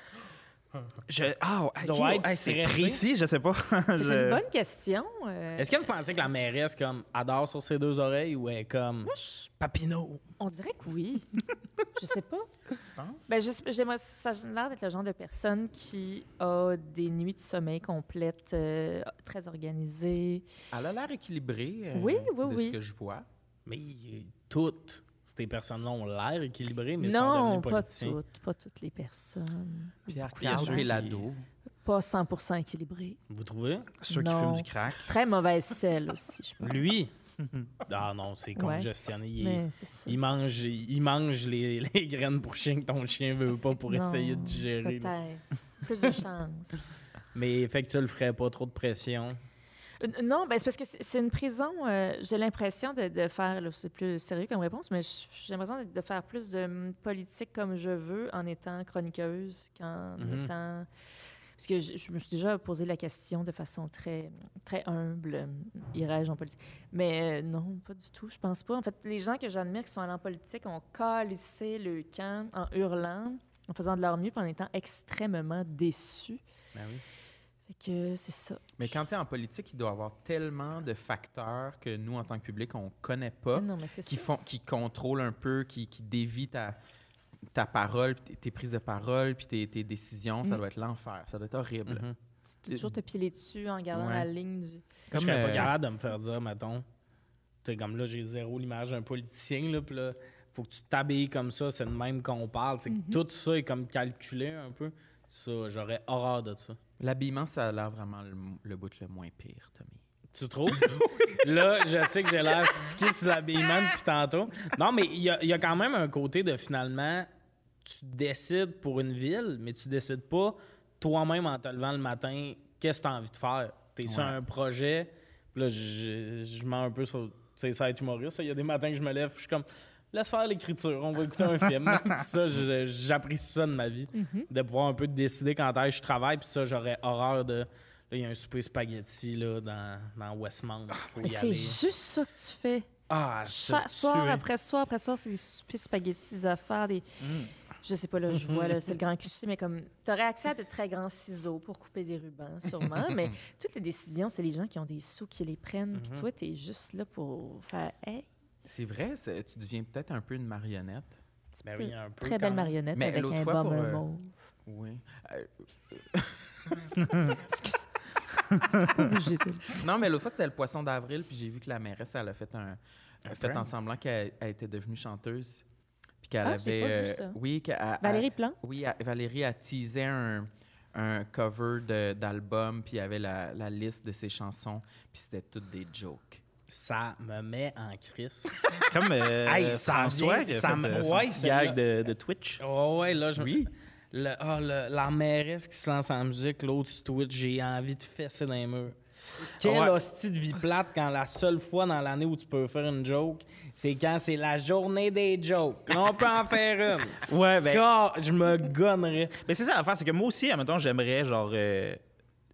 Tu dois être c'est stressé. précis, je sais pas. C'est une bonne question. Est-ce que vous pensez que la mairesse comme adore sur ses deux oreilles ou est comme Papineau? On dirait que oui. Je sais pas. Tu penses? Ben, j'aimerais ça a l'air d'être le genre de personne qui a des nuits de sommeil complètes, très organisées. Elle a l'air équilibrée Oui, oui, de oui. ce que je vois. Mais toutes ces personnes-là ont l'air équilibrées, mais sont Non, devenues pas politiciens. pas toutes les personnes. Pierre Il y a Claude ceux Pelado. Pas 100% équilibrées. Vous trouvez? Ceux qui Non. fument du crack. Très mauvaise selle aussi, je pense. Lui? Ah non, c'est Ouais. congestionné. Mais c'est ça. Il mange les graines pour chien que ton chien veut pas pour Non, essayer de digérer. là. Peut-être. Plus de chance. Mais fait que tu le ferais pas, trop de pression. Non, ben c'est parce que c'est une prison. J'ai l'impression de faire, là, c'est plus sérieux comme réponse, mais j'ai l'impression de faire plus de politique comme je veux en étant chroniqueuse qu'en Mhm. étant. Parce que je me suis déjà posé la question de façon très, très humble, irais-je en politique? Mais non, pas du tout, je pense pas. En fait, les gens que j'admire qui sont allés en politique ont calissé le camp en hurlant, en faisant de leur mieux, puis en étant extrêmement déçus. Ben oui. Fait que c'est ça. Mais quand tu es en politique, il doit y avoir tellement de facteurs que nous, en tant que public, on connaît pas, Non, mais c'est qui, ça. qui contrôlent un peu, qui dévient ta parole, puis tes prises de parole, puis tes décisions. Ça doit être l'enfer. Ça doit être horrible. Mhm. Tu toujours te piler dessus en gardant Ouais. la ligne du. Comme je serais euh, capable de me faire dire, mettons, tu sais, comme là, j'ai zéro l'image d'un politicien, là, puis là, faut que tu t'habilles comme ça, c'est de même qu'on parle. C'est que tout ça est comme calculé un peu. Ça, j'aurais horreur de ça. L'habillement, ça a l'air vraiment le bout le moins pire, Tommy. Tu trouves? Là, je sais que j'ai l'air stické sur l'habillement depuis tantôt. Non, mais il y a quand même un côté de finalement, tu décides pour une ville, mais tu décides pas toi-même en te levant le matin, qu'est-ce que tu as envie de faire. Tu es sur Ouais. un projet, puis là, je mens un peu sur. Tu sais, ça être humoriste. Il y a des matins que je me lève, puis je suis comme, laisse faire l'écriture, on va écouter un film. Puis ça, j'apprécie ça de ma vie, de pouvoir un peu décider quand est-ce que je travaille, puis ça, j'aurais horreur de. Là, il y a un souper spaghetti là, dans Westmount. Faut Mais y c'est aller. juste ça que tu fais. Ah, Soir après soir après soir, c'est des soupers spaghettis, des affaires, des. Je sais pas, là, je vois, là, c'est le grand cliché, mais comme. Tu aurais accès à de très grands ciseaux pour couper des rubans, sûrement, mais toutes les décisions, c'est les gens qui ont des sous qui les prennent, puis toi, tu es juste là pour faire. Hey, C'est vrai, tu deviens peut-être un peu une marionnette. Ben oui, un peu. très quand belle même. marionnette Mais avec l'autre un fois, baume pour, mauve. Oui. Excuse. Pas obligé de le dire. Non, mais l'autre fois, c'était le poisson d'avril, puis j'ai vu que la mairesse, elle a fait fait prank? en semblant qu'elle était devenue chanteuse. Puis qu'elle Ah, j'ai avait. pas vu ça. Oui, Valérie Plante? Oui, Valérie a teasé un cover d'album, puis il y avait la liste de ses chansons, puis c'était toutes des jokes. Ça me met en crise. Comme Hey, ça François vient- qui a ça fait me- son ouais, petit celle-là. gag de Twitch. Oh, ouais, là, Oui. La mairesse qui se lance en musique, l'autre sur Twitch, j'ai envie de fesser dans les murs. Quelle Ouais. hostie de vie plate quand la seule fois dans l'année où tu peux faire une joke, c'est quand c'est la journée des jokes. Là, on peut en faire une. Ouais, ben. Car je me gonnerais. Mais c'est ça l'affaire, c'est que moi aussi, admettons, j'aimerais genre. Tu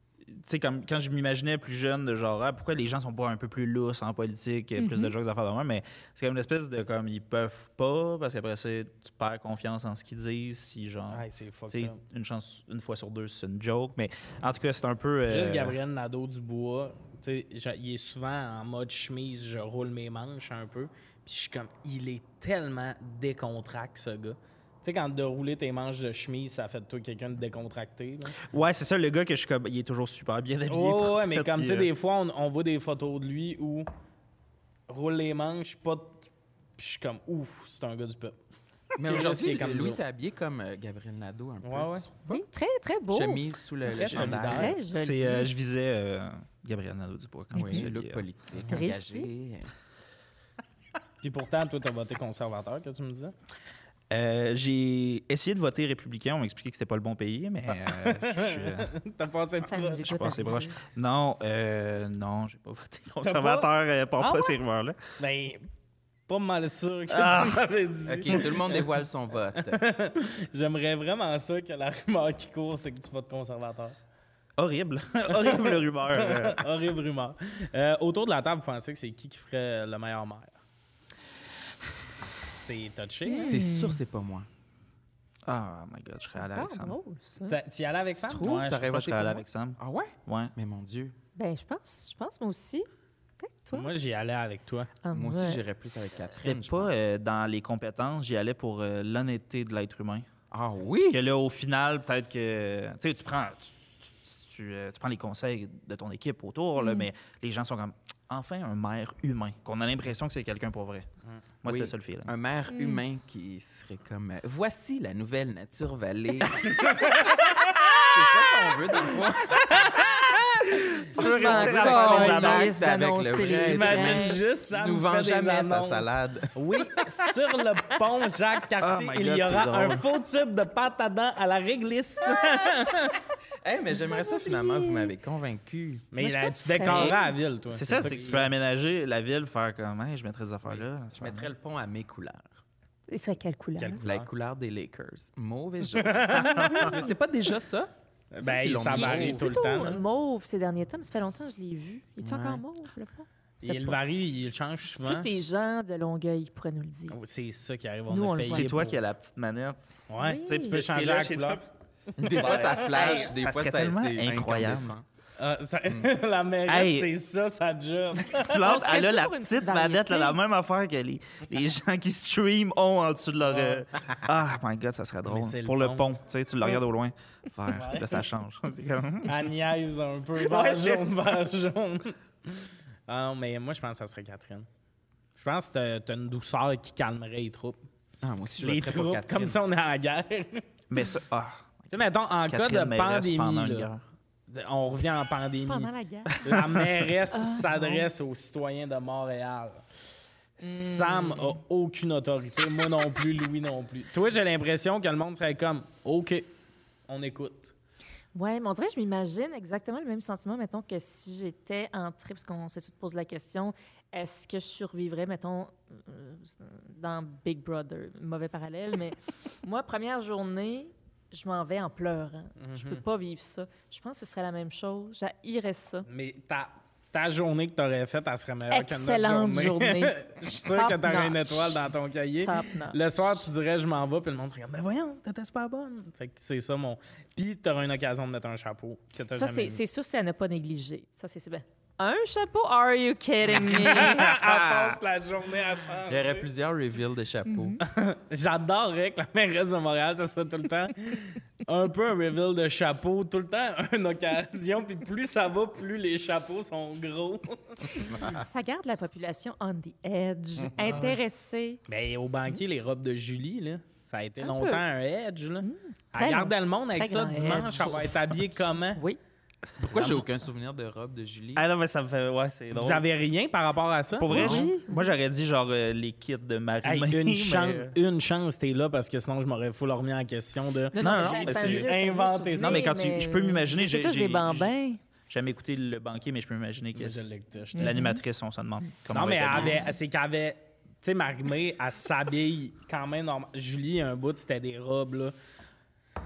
sais, comme quand je m'imaginais plus jeune, de genre, pourquoi les gens sont pas un peu plus lousses en politique, plus de jokes d'affaires de moi, mais c'est comme une espèce de comme, ils peuvent pas, parce qu'après ça, tu perds confiance en ce qu'ils disent, si genre, Ouais, c'est fucked tu sais, up. une fois sur deux, c'est une joke, mais en tout cas, c'est un peu. Juste Gabriel Nadeau-Dubois, tu sais, il est souvent en mode chemise, je roule mes manches un peu, puis je suis comme, il est tellement décontracté, ce gars. Tu sais, quand de rouler tes manches de chemise, ça fait de toi quelqu'un de décontracté. Là. Ouais, c'est ça, le gars que je suis comme, il est toujours super bien habillé. Ouais, mais comme tu sais, puis, des fois, on voit des photos de lui où roule les manches, pas. Puis je suis comme, ouf, c'est un gars du peuple. Mais Quelque chose aujourd'hui, qui est comme Louis, nous t'es habillé comme Gabriel Nadeau un peu. Ouais. Oui, très, très beau. Chemise sous le Très chandail. solidaire. Très joli. C'est, je visais Gabriel Nadeau-Dubois quand je me suis Oui, look habillé. politique, C'est réussi. engagé. Puis pourtant, toi, t'as voté conservateur, que tu me disais. J'ai essayé de voter républicain. On m'a expliqué que c'était pas le bon pays, mais T'as passé Ça de nous proche. est je suis passé pas proche. arrivé. Non, j'ai pas voté conservateur. Pas ces rumeurs-là. Ben, pas mal sûr que Ah! tu m'avais dit. OK, tout le monde dévoile son vote. J'aimerais vraiment ça que la rumeur qui court, c'est que tu votes conservateur. Horrible. Horrible rumeur. Horrible rumeur. Autour de la table, vous pensez que c'est qui ferait le meilleur maire? C'est touché. C'est sûr, c'est pas moi. Oh my God, je serais allé avec Sam. beau, ça. Tu y allais avec Sam? trouves? Ouais, T'aurais Je voté serais pour allé moi? avec Sam. Ah ouais? Ouais. Mais mon Dieu. Ben, je pense moi aussi. Peut-être toi. Moi, j'y allais avec toi. Ah, Moi ouais. aussi, j'irais plus avec Catherine. C'était je pas pense. dans les compétences, j'y allais pour l'honnêteté de l'être humain. Ah oui? Que là, au final, peut-être que. Tu sais, tu prends les conseils de ton équipe autour, là, mais les gens sont comme. Enfin, un maire humain. Qu'on a l'impression que c'est quelqu'un pour vrai. Moi, Oui. c'était ça le feeling. Un maire humain qui serait comme voici la nouvelle Nature Vallée. c'est ça qu'on veut, dans le fond. Tu veux réussir à faire des annonces avec le vrai. J'imagine juste Sam Nous fait vend des jamais sa annonces. salade. Oui, sur le pont Jacques-Cartier, Oh my il God, y aura c'est un drôle. faux tube de pâte à dents à la réglisse. Hey, mais j'aimerais ça, finalement, vous m'avez convaincu. Mais Moi, je là, pense tu que décorerais la ville, toi. C'est ça, c'est que tu peux aménager la ville, faire comme, hey, je mettrais ces affaires-là. Je mettrais le pont à mes couleurs. Il serait quelle couleur? Quelle La couleur? couleur des Lakers. Mauve et jaune. mais c'est pas déjà ça? Ben, qu'ils l'ont ça mis varie mauve. tout le Plutôt temps. là. mauve ces derniers temps, mais ça fait longtemps que je l'ai vu. Il est Ouais. encore mauve, le pont? Je sais Il pas. varie, il change C'est souvent. plus des gens de Longueuil qui pourraient nous le dire. Oh, c'est ça qui arrive, Nous, on on a le payé. voit. C'est toi pour- qui as la petite manette. Ouais, Oui. tu sais, tu peux T'es changer là la chez couleur. Des fois, ça flash. Hey, des ça fois, serait ça, tellement c'est incroyable. incandescent. La mairesse, Hey. c'est ça, sa job. Plante, serait elle a dû la pour une petite petite manette, là, la variété. même affaire que les gens qui streament ont en dessous de leur. Ah, my God, ça serait drôle. c'est le Pour le pont. pont, tu sais, tu le regardes au loin. Vert, Ouais. là, ça change. C'est comme- Elle niaise un peu, Ouais, vert c'est jaune, vert jaune. Ah non, mais moi, je pense que ça serait Catherine. Je pense que t'as une douceur qui calmerait les troupes. Ah, moi aussi, je Les voterais pour troupes, Catherine. comme si on est en guerre. Tu Mais ça. Ah, sais, mettons, en cas Catherine de mairesse pendant pandémie, une là, guerre. on revient en pandémie. Pendant la guerre. La mairesse s'adresse aux citoyens de Montréal. Sam a aucune autorité, moi non plus, Louis non plus. Tu vois, j'ai l'impression que le monde serait comme OK, on écoute. Oui, mais on dirait que je m'imagine exactement le même sentiment, mettons, que si j'étais entrée, parce qu'on s'est tous posé la question, est-ce que je survivrais, mettons, dans Big Brother? Mauvais parallèle, mais moi, première journée, je m'en vais en pleurant. Je peux pas vivre ça. Je pense que ce serait la même chose. J'haïrais ça. Mais ta journée que tu aurais faite, elle serait meilleure que notre Excellente journée. journée. Je suis sûr Top que tu aurais une notch. étoile dans ton cahier. Top notch. Le soir, tu dirais je m'en vais, puis le monde serait comme mais voyons, t'étais super bonne. Fait que c'est ça mon. Puis tu auras une occasion de mettre un chapeau que t'as Ça, jamais mis. c'est sûr, c'est à ne pas négliger. Ça, c'est bien. Un chapeau? Are you kidding me? Elle passe la journée à changer. Il y aurait plusieurs reveals de chapeaux. J'adorerais que la mairesse de Montréal, ça soit tout le temps un peu un reveal de chapeau, tout le temps une occasion, puis plus ça va, plus les chapeaux sont gros. Ça garde la population on the edge, intéressée. Mais au banquier, les robes de Julie, là, ça a été Un longtemps peu. un edge. Là. très Elle gardait le monde avec Très ça grand dimanche, edge. elle va être habillée comment? Oui. Pourquoi j'ai aucun souvenir de robe de Julie? Ah non, mais ça me fait. Ouais, c'est drôle. Vous avez rien par rapport à ça? Pour vrai, Oui. moi, j'aurais dit genre les kits de Marie. Hey, mais- une chance, t'es là, parce que sinon, je m'aurais full remis en question de... Non, mais mais c'est un tu vieux- c'est un vieux inventé ça. Non, mais quand souvenir, je peux m'imaginer, C'est tous j'ai des bambins. jamais écouté le banquier, mais je peux m'imaginer que Moi, je c'est- l'ai jeté. l'animatrice, on se demande comment Non, mais elle va être habillée. c'est qu'elle avait... Tu sais, Marie-Mé, elle s'habille quand même normal. Julie, un bout, c'était des robes, là.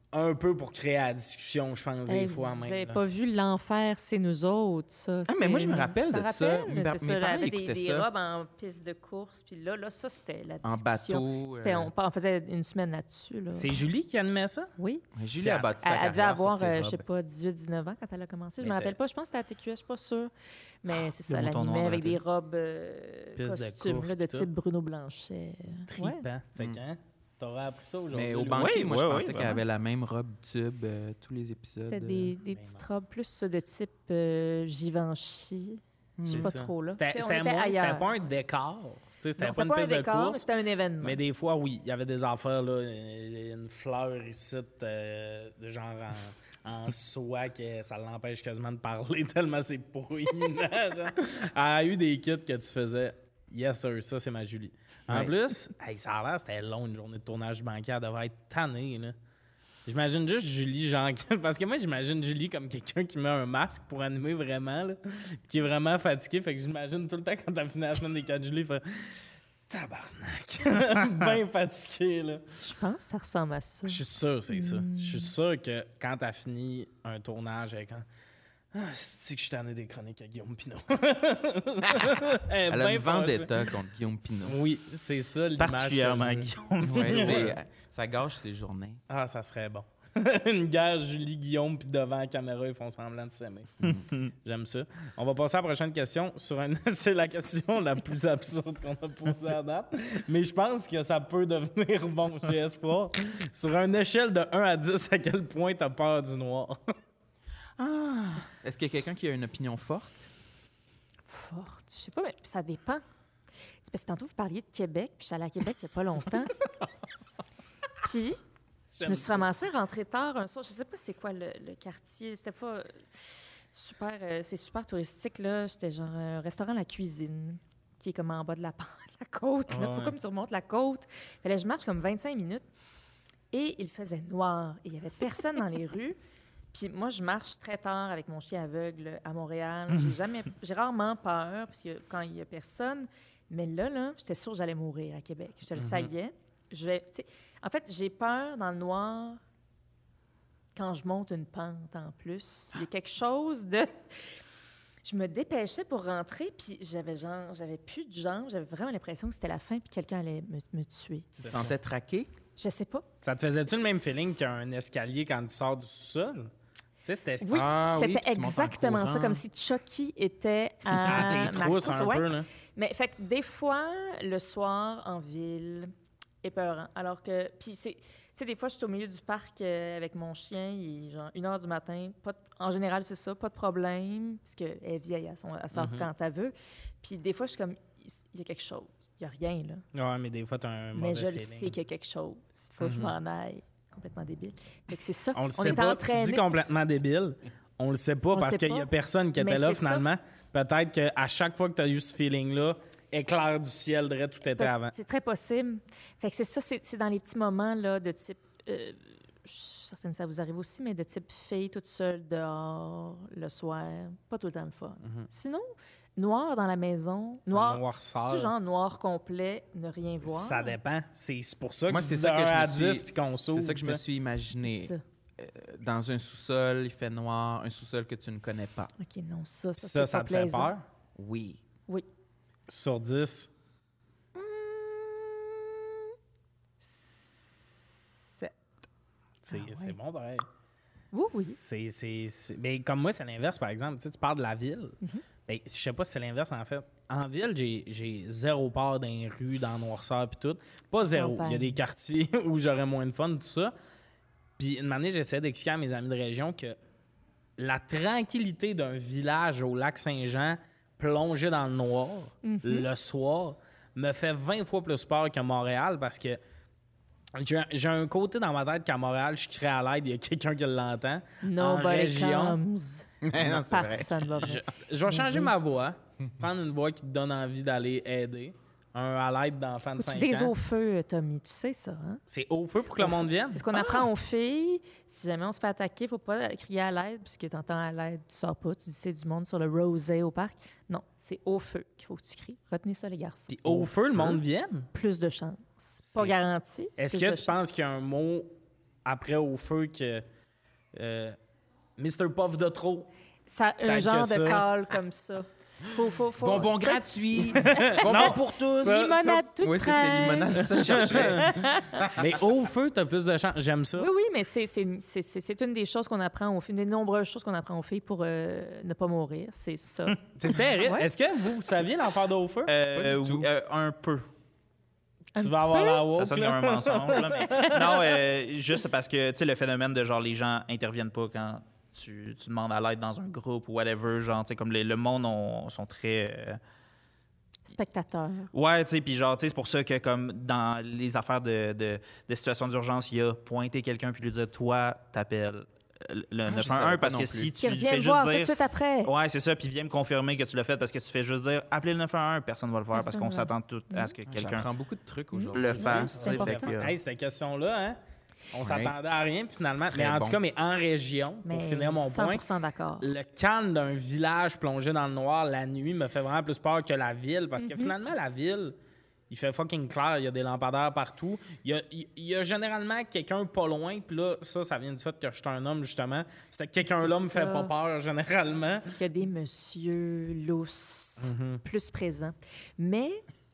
un peu pour créer la discussion, je pense, des fois Vous même. n'avez là. pas vu L'Enfer, c'est nous autres, ça. Ah, mais moi, je me rappelle de ça. Mes Mes c'est ça, parents avec écoutaient des ça. robes en piste de course. Puis là, ça, c'était la En discussion. bateau. C'était, on faisait une semaine là-dessus. Là. C'est Julie qui animait ça? Oui. Julie a bâti sa Elle devait carrière sur avoir, ses je sais robes. pas, 18-19 ans quand elle a commencé. Je Mais me rappelle pas. Je pense que c'était à TQS, je suis pas sûre. Mais c'est ça, le elle mouton noir animait dans avec la des tête. robes Piste de costumes course là, de puis type tout. Bruno Blanchet. Ouais. Trippant. Fait que, hein, t'aurais appris ça aujourd'hui. Mais au Louis. banquier, Oui, moi, je oui, pensais oui, qu'elle avait la même robe tube tous les épisodes. C'était des petites robes plus de type Givenchy. Je sais C'est pas ça. trop, là. C'était Tu sais, on c'était était moins- c'était ailleurs. pas un décor. Tu sais, c'était Non, pas une un piste de décor, mais course. c'était un événement. Mais des fois, oui, il y avait des affaires, là, une fleur ici, de genre en soie, que ça l'empêche quasiment de parler tellement c'est proéminent. Genre. Elle a eu des kits que tu faisais. Yes, sir, ça, c'est ma Julie. En Ouais. plus, hey, ça a l'air, c'était long, une journée de tournage bancaire. Elle devait être tannée, là. J'imagine juste Julie, genre, parce que moi, j'imagine Julie comme quelqu'un qui met un masque pour animer vraiment, là, qui est vraiment fatigué. Fait que j'imagine tout le temps quand t'as fini la semaine des 4 Julie, fait tabarnak, bien fatigué, là. Je pense que ça ressemble à ça. Je suis sûr, c'est ça. Je suis sûr que quand t'as fini un tournage avec un. Ah, c'est que je t'en ai des chroniques à Guillaume Pinot. Elle a bien une fâchée. vendetta contre Guillaume Pinot. Oui, c'est ça l'image. Particulièrement que je veux. Guillaume. Ouais, ça gâche ses journées. Ah, ça serait bon. Une guerre Julie-Guillaume, puis devant la caméra, ils font semblant de s'aimer. J'aime ça. On va passer à la prochaine question. C'est la question la plus absurde qu'on a posée à date. Mais je pense que ça peut devenir bon chez Espoir. Sur une échelle de 1 à 10, à quel point t'as peur du noir? Est-ce qu'il y a quelqu'un qui a une opinion forte? Forte. Je sais pas, mais ça dépend. C'est parce que tantôt, vous parliez de Québec, puis je suis allée à Québec il n'y a pas longtemps. Puis, je me suis ramassée à rentrer tard un soir. Je sais pas c'est quoi le quartier. C'était pas super... c'est super touristique, là. C'était genre un restaurant La Cuisine, qui est comme en bas de la côte. Il Ouais. faut comme tu remontes la côte. Fallait que je marche comme 25 minutes. Et il faisait noir. Et il n'y avait personne dans les rues. Puis moi, je marche très tard avec mon chien aveugle à Montréal. J'ai rarement peur, parce que quand il n'y a personne. Mais là, j'étais sûre que j'allais mourir à Québec. Je le savais. En fait, j'ai peur dans le noir quand je monte une pente en plus. Il y a quelque chose de... Je me dépêchais pour rentrer, puis j'avais plus de jambes. J'avais vraiment l'impression que c'était la fin, puis quelqu'un allait me tuer. Tu te sentais traqué? Je sais pas. Ça te faisait-tu le même feeling qu'un escalier quand tu sors du sous-sol? Tu sais, c'était Oui, Ah oui, c'était puis tu montes en exactement ça, courant. comme si Chucky était à à tes ma trousses course, un ouais. peu, là. Mais fait que des fois, le soir, en ville, épeurant. Alors que... Puis c'est... Tu sais, des fois, je suis au milieu du parc avec mon chien, il est genre 1h du matin. En général, c'est ça, pas de problème, parce qu'elle est vieille, elle sort quand elle veut. Puis des fois, je suis comme, il y a quelque chose. Il n'y a rien, là. Ouais, mais des fois, t'as un Mais mauvais je le feeling. sais qu'il y a quelque chose. Il faut que je m'en aille. Complètement débile. Fait que c'est ça. On le sait est pas. entraînés. Tu dis complètement débile. On le sait pas On le parce sait qu'il y a pas. personne qui Mais était là, c'est ça. finalement. Peut-être qu'à chaque fois que tu as eu ce feeling-là, éclair du ciel, drette, tout était avant. C'est très possible. Fait que c'est ça, c'est dans les petits moments là, de type... je suis certaine que ça vous arrive aussi, mais de type fille toute seule dehors le soir. Pas tout le temps le fun. Sinon, noir dans la maison. Noirceur. C'est genre noir complet, ne rien voir. Ça dépend. C'est pour ça Moi, que c'est c'est ça que je me à suis- 10 puis qu'on s'ouvre. C'est ça que je me suis imaginé. C'est ça. Dans un sous-sol, il fait noir, un sous-sol que tu ne connais pas. OK, non, ça Ça, c'est ça pas te fait plaisant. peur? Oui. Oui. Sur 10? C'est Ah ouais. c'est bon, pareil. Oui, oui. Mais comme moi, c'est l'inverse, par exemple. Tu sais, tu parles de la ville. Ben, je sais pas si c'est l'inverse, en fait. En ville, j'ai zéro peur dans les rues, dans la noirceur puis tout. Pas zéro. Il y a des quartiers où j'aurais moins de fun, tout ça. Puis une année, j'essayais d'expliquer à mes amis de région que la tranquillité d'un village au lac Saint-Jean plongé dans le noir le soir me fait 20 fois plus peur que Montréal parce que j'ai un côté dans ma tête qu'à Montréal, je crie à l'aide, il y a quelqu'un qui l'entend. En Nobody région, comes. Non, c'est vrai. Personne va venir. je vais changer ma voix, prendre une voix qui te donne envie d'aller aider. Un à l'aide d'enfant de Tu 5 dis ans. au feu, Tommy, tu sais ça, hein? C'est au feu pour que le monde vienne? C'est ce qu'on apprend aux filles. Si jamais on se fait attaquer, il ne faut pas crier à l'aide, puisque tu entends à l'aide, tu sors pas, tu dis c'est du monde sur le rosé au parc. Non, c'est au feu qu'il faut que tu cries. Retenez ça, les garçons. Puis au feu, le monde vienne? Plus de chance. Pas garanti. Est-ce plus que de tu chance. penses qu'il y a un mot après au feu que Mr. Puff de trop. Ça, un Tant genre que ça. de call comme ça. Faut. Bonbon tu peux- gratuit! Non, Bonbon pour tous! ça- Limonade toute Oui, ça, c'est fraîche. limonade, c'est ça que je cherchais. Mais au feu, t'as plus de chance. J'aime ça. Oui, mais c'est une des choses qu'on apprend aux filles, une des nombreuses choses qu'on apprend aux filles pour ne pas mourir. C'est ça. C'est terrible. Ouais. Est-ce que vous saviez l'affaire d'au feu? Pas du tout. Un peu. Un Tu petit vas avoir peu? la Ça woke, sonne là. comme un mensonge. Là, mais... Non, juste parce que, tu sais, le phénomène de genre les gens interviennent pas quand tu demandes à l'aide dans un groupe ou whatever. Genre, tu sais, comme le monde sont très. Spectateur. Ouais, tu sais, puis genre, tu sais, c'est pour ça que, comme dans les affaires de situations d'urgence, il y a pointer quelqu'un puis lui dire, toi, t'appelles le je savais 911 pas parce non que plus. si Qui tu revient fais me voir juste tout de dire. suite après. Ouais, c'est ça, puis viens me confirmer que tu l'as fait parce que tu fais juste dire, appelez le 911, personne va le faire parce Personne qu'on va. s'attend tout à ce que quelqu'un J'apprends beaucoup de trucs aujourd'hui. le fasse. C'est tu sais, fait important. que, Hey, cette question-là, hein? On Ouais. s'attendait à rien, puis finalement. Très Mais en bon. tout cas, mais en région, Mais pour finir mon point, 100% d'accord. le calme d'un village plongé dans le noir la nuit me fait vraiment plus peur que la ville, parce que finalement, la ville, il fait fucking clair, il y a des lampadaires partout. Il y a généralement quelqu'un pas loin, puis là, ça vient du fait que je suis un homme, justement. C'est quelqu'un-là C'est me fait ça. pas peur, généralement. Il y a des messieurs lousses Mm-hmm. plus présents. Mais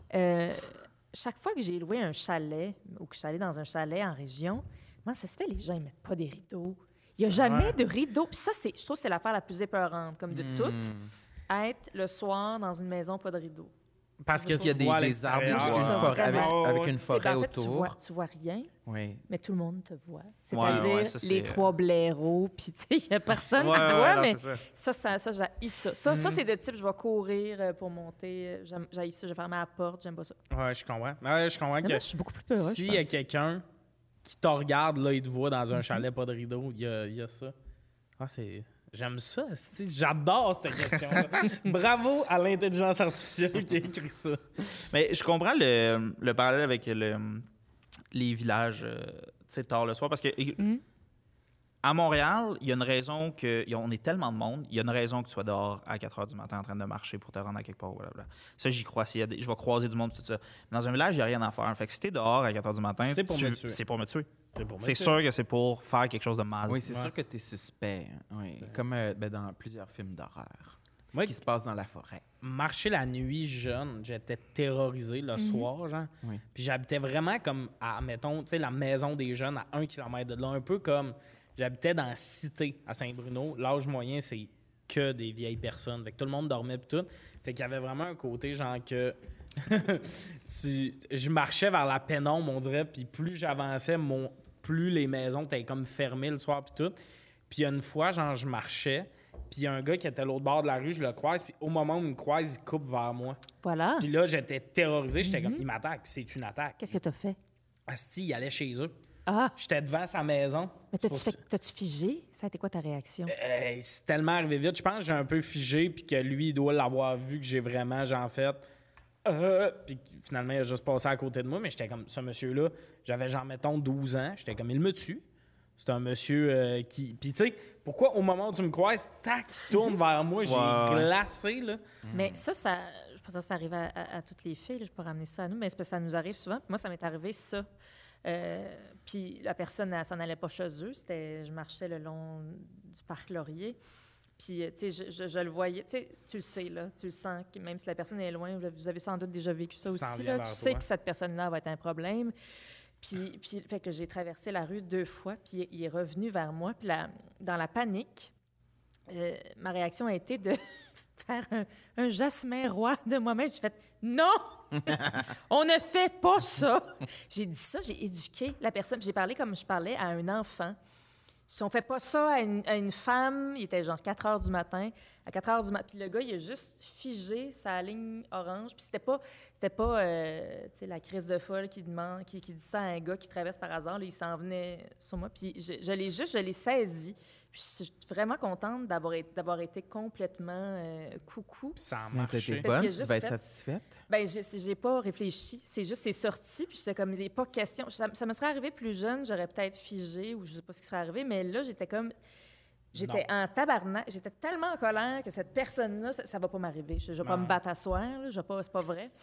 chaque fois que j'ai loué un chalet ou que je suis allée dans un chalet en région, comment ça se fait les gens ils mettent pas des rideaux? Il n'y a jamais Ouais. de rideaux. Puis ça, je trouve que c'est l'affaire la plus épeurante, comme de toutes, être le soir dans une maison pas de rideaux. Parce que Il y a tu vois à des arbres, l'extérieur. une Ça, forêt, avec, vraiment. avec une Tu sais, forêt ben, en fait, autour. tu vois rien, Oui. mais tout le monde te voit. Ouais, C'est-à-dire ouais, ça, c'est- les trois blaireaux, puis tu sais, il n'y a personne Ouais, qui te ouais, voit, non, mais c'est ça. ça j'haïs ça. Ça, c'est de type, je vais courir pour monter, j'haïs ça, je vais fermer la porte, j'aime pas ça. Ouais, je comprends. Ouais, je comprends Mais que moi, je suis beaucoup plus peureuse, s'il je y a pense. quelqu'un qui te regarde, là, il te voit dans un chalet, pas de rideau, il y a ça. Ah, c'est... J'aime ça, esti. J'adore cette question-là. Bravo à l'intelligence artificielle qui a écrit ça. Mais je comprends le parallèle avec les villages, tu sais, tard le soir, parce que à Montréal, il y a une raison que on est tellement de monde, il y a une raison que tu sois dehors à 4 h du matin en train de marcher pour te rendre à quelque part, blablabla. Ça, j'y crois. Je vais croiser du monde, tout ça. Mais dans un village, il n'y a rien à faire. Fait que si t'es dehors à 4 h du matin, C'est pour me tuer. c'est pour me tuer. C'est pour moi, C'est sûr que c'est pour faire quelque chose de mal. Oui, c'est Ouais. sûr que tu es suspect. Oui. Comme dans plusieurs films d'horreur Moi, qui se passent dans la forêt. marcher la nuit jeune, j'étais terrorisé le soir, genre. Oui. Puis j'habitais vraiment comme, mettons, tu sais, la maison des jeunes à 1 km de là. Un peu comme, j'habitais dans la cité à Saint-Bruno. L'âge moyen, c'est que des vieilles personnes. Fait que tout le monde dormait puis tout. Fait qu'il y avait vraiment un côté, genre, que je marchais vers la pénombre, on dirait, puis plus j'avançais, plus les maisons étaient comme fermées le soir puis tout. Puis il y a une fois, genre, je marchais, puis il y a un gars qui était à l'autre bord de la rue, je le croise, puis au moment où il me croise, il coupe vers moi. Voilà. Puis là, j'étais terrorisé, j'étais comme, il m'attaque, c'est une attaque. Qu'est-ce que tu as fait? Asti, il allait chez eux. Ah, J'étais devant sa maison. mais t'as-tu figé? Ça a été quoi ta réaction? C'est tellement arrivé vite. Je pense que j'ai un peu figé, puis que lui, il doit l'avoir vu que j'ai vraiment, j'en fait. Puis finalement, il a juste passé à côté de moi, mais j'étais comme, ce monsieur-là, j'avais genre, mettons, 12 ans. J'étais comme, il me tue. C'est un monsieur qui. Puis tu sais, pourquoi au moment où tu me croises, tac, il tourne vers moi, j'ai Ouais. glacé, là. Mais ça, je pense que ça arrive à toutes les filles. Je peux ramener ça à nous, mais c'est parce que ça nous arrive souvent. Puis moi, ça m'est arrivé, ça. Puis la personne, elle s'en allait pas chez eux. Je marchais le long du parc Laurier. Puis, tu sais, je le voyais. Tu sais, tu le sais, là. Tu le sens, que même si la personne est loin, vous avez sans doute déjà vécu ça Ça en aussi, vient là. vers Tu sais toi. que cette personne-là va être un problème. Puis fait que j'ai traversé la rue 2 fois, puis il est revenu vers moi. Puis dans la panique, ma réaction a été de faire un jasmin roi de moi-même. J'ai fait « Non! On ne fait pas ça! » J'ai dit ça, j'ai éduqué la personne. J'ai parlé comme je parlais à un enfant. Si on fait pas ça à une femme, il était genre 4 heures du matin, à 4 heures du matin, puis le gars, il a juste figé sa ligne orange, puis c'était pas tu sais, la crise de folle qui dit ça à un gars qui traverse par hasard, là, il s'en venait sur moi, puis je l'ai saisi, puis je suis vraiment contente d'avoir été complètement coucou. Ça a Mais t'as été marché. Parce bonne, qu'il a tu juste vas être fait- satisfaite. Ben, j'ai pas réfléchi. C'est sorti, puis j'étais comme, il n'est pas question. Ça me serait arrivé plus jeune, j'aurais peut-être figé, ou je sais pas ce qui serait arrivé, mais là, j'étais en tabarnak. J'étais tellement en colère que cette personne-là, ça va pas m'arriver. Je vais pas me battre à soir, là, c'est pas vrai.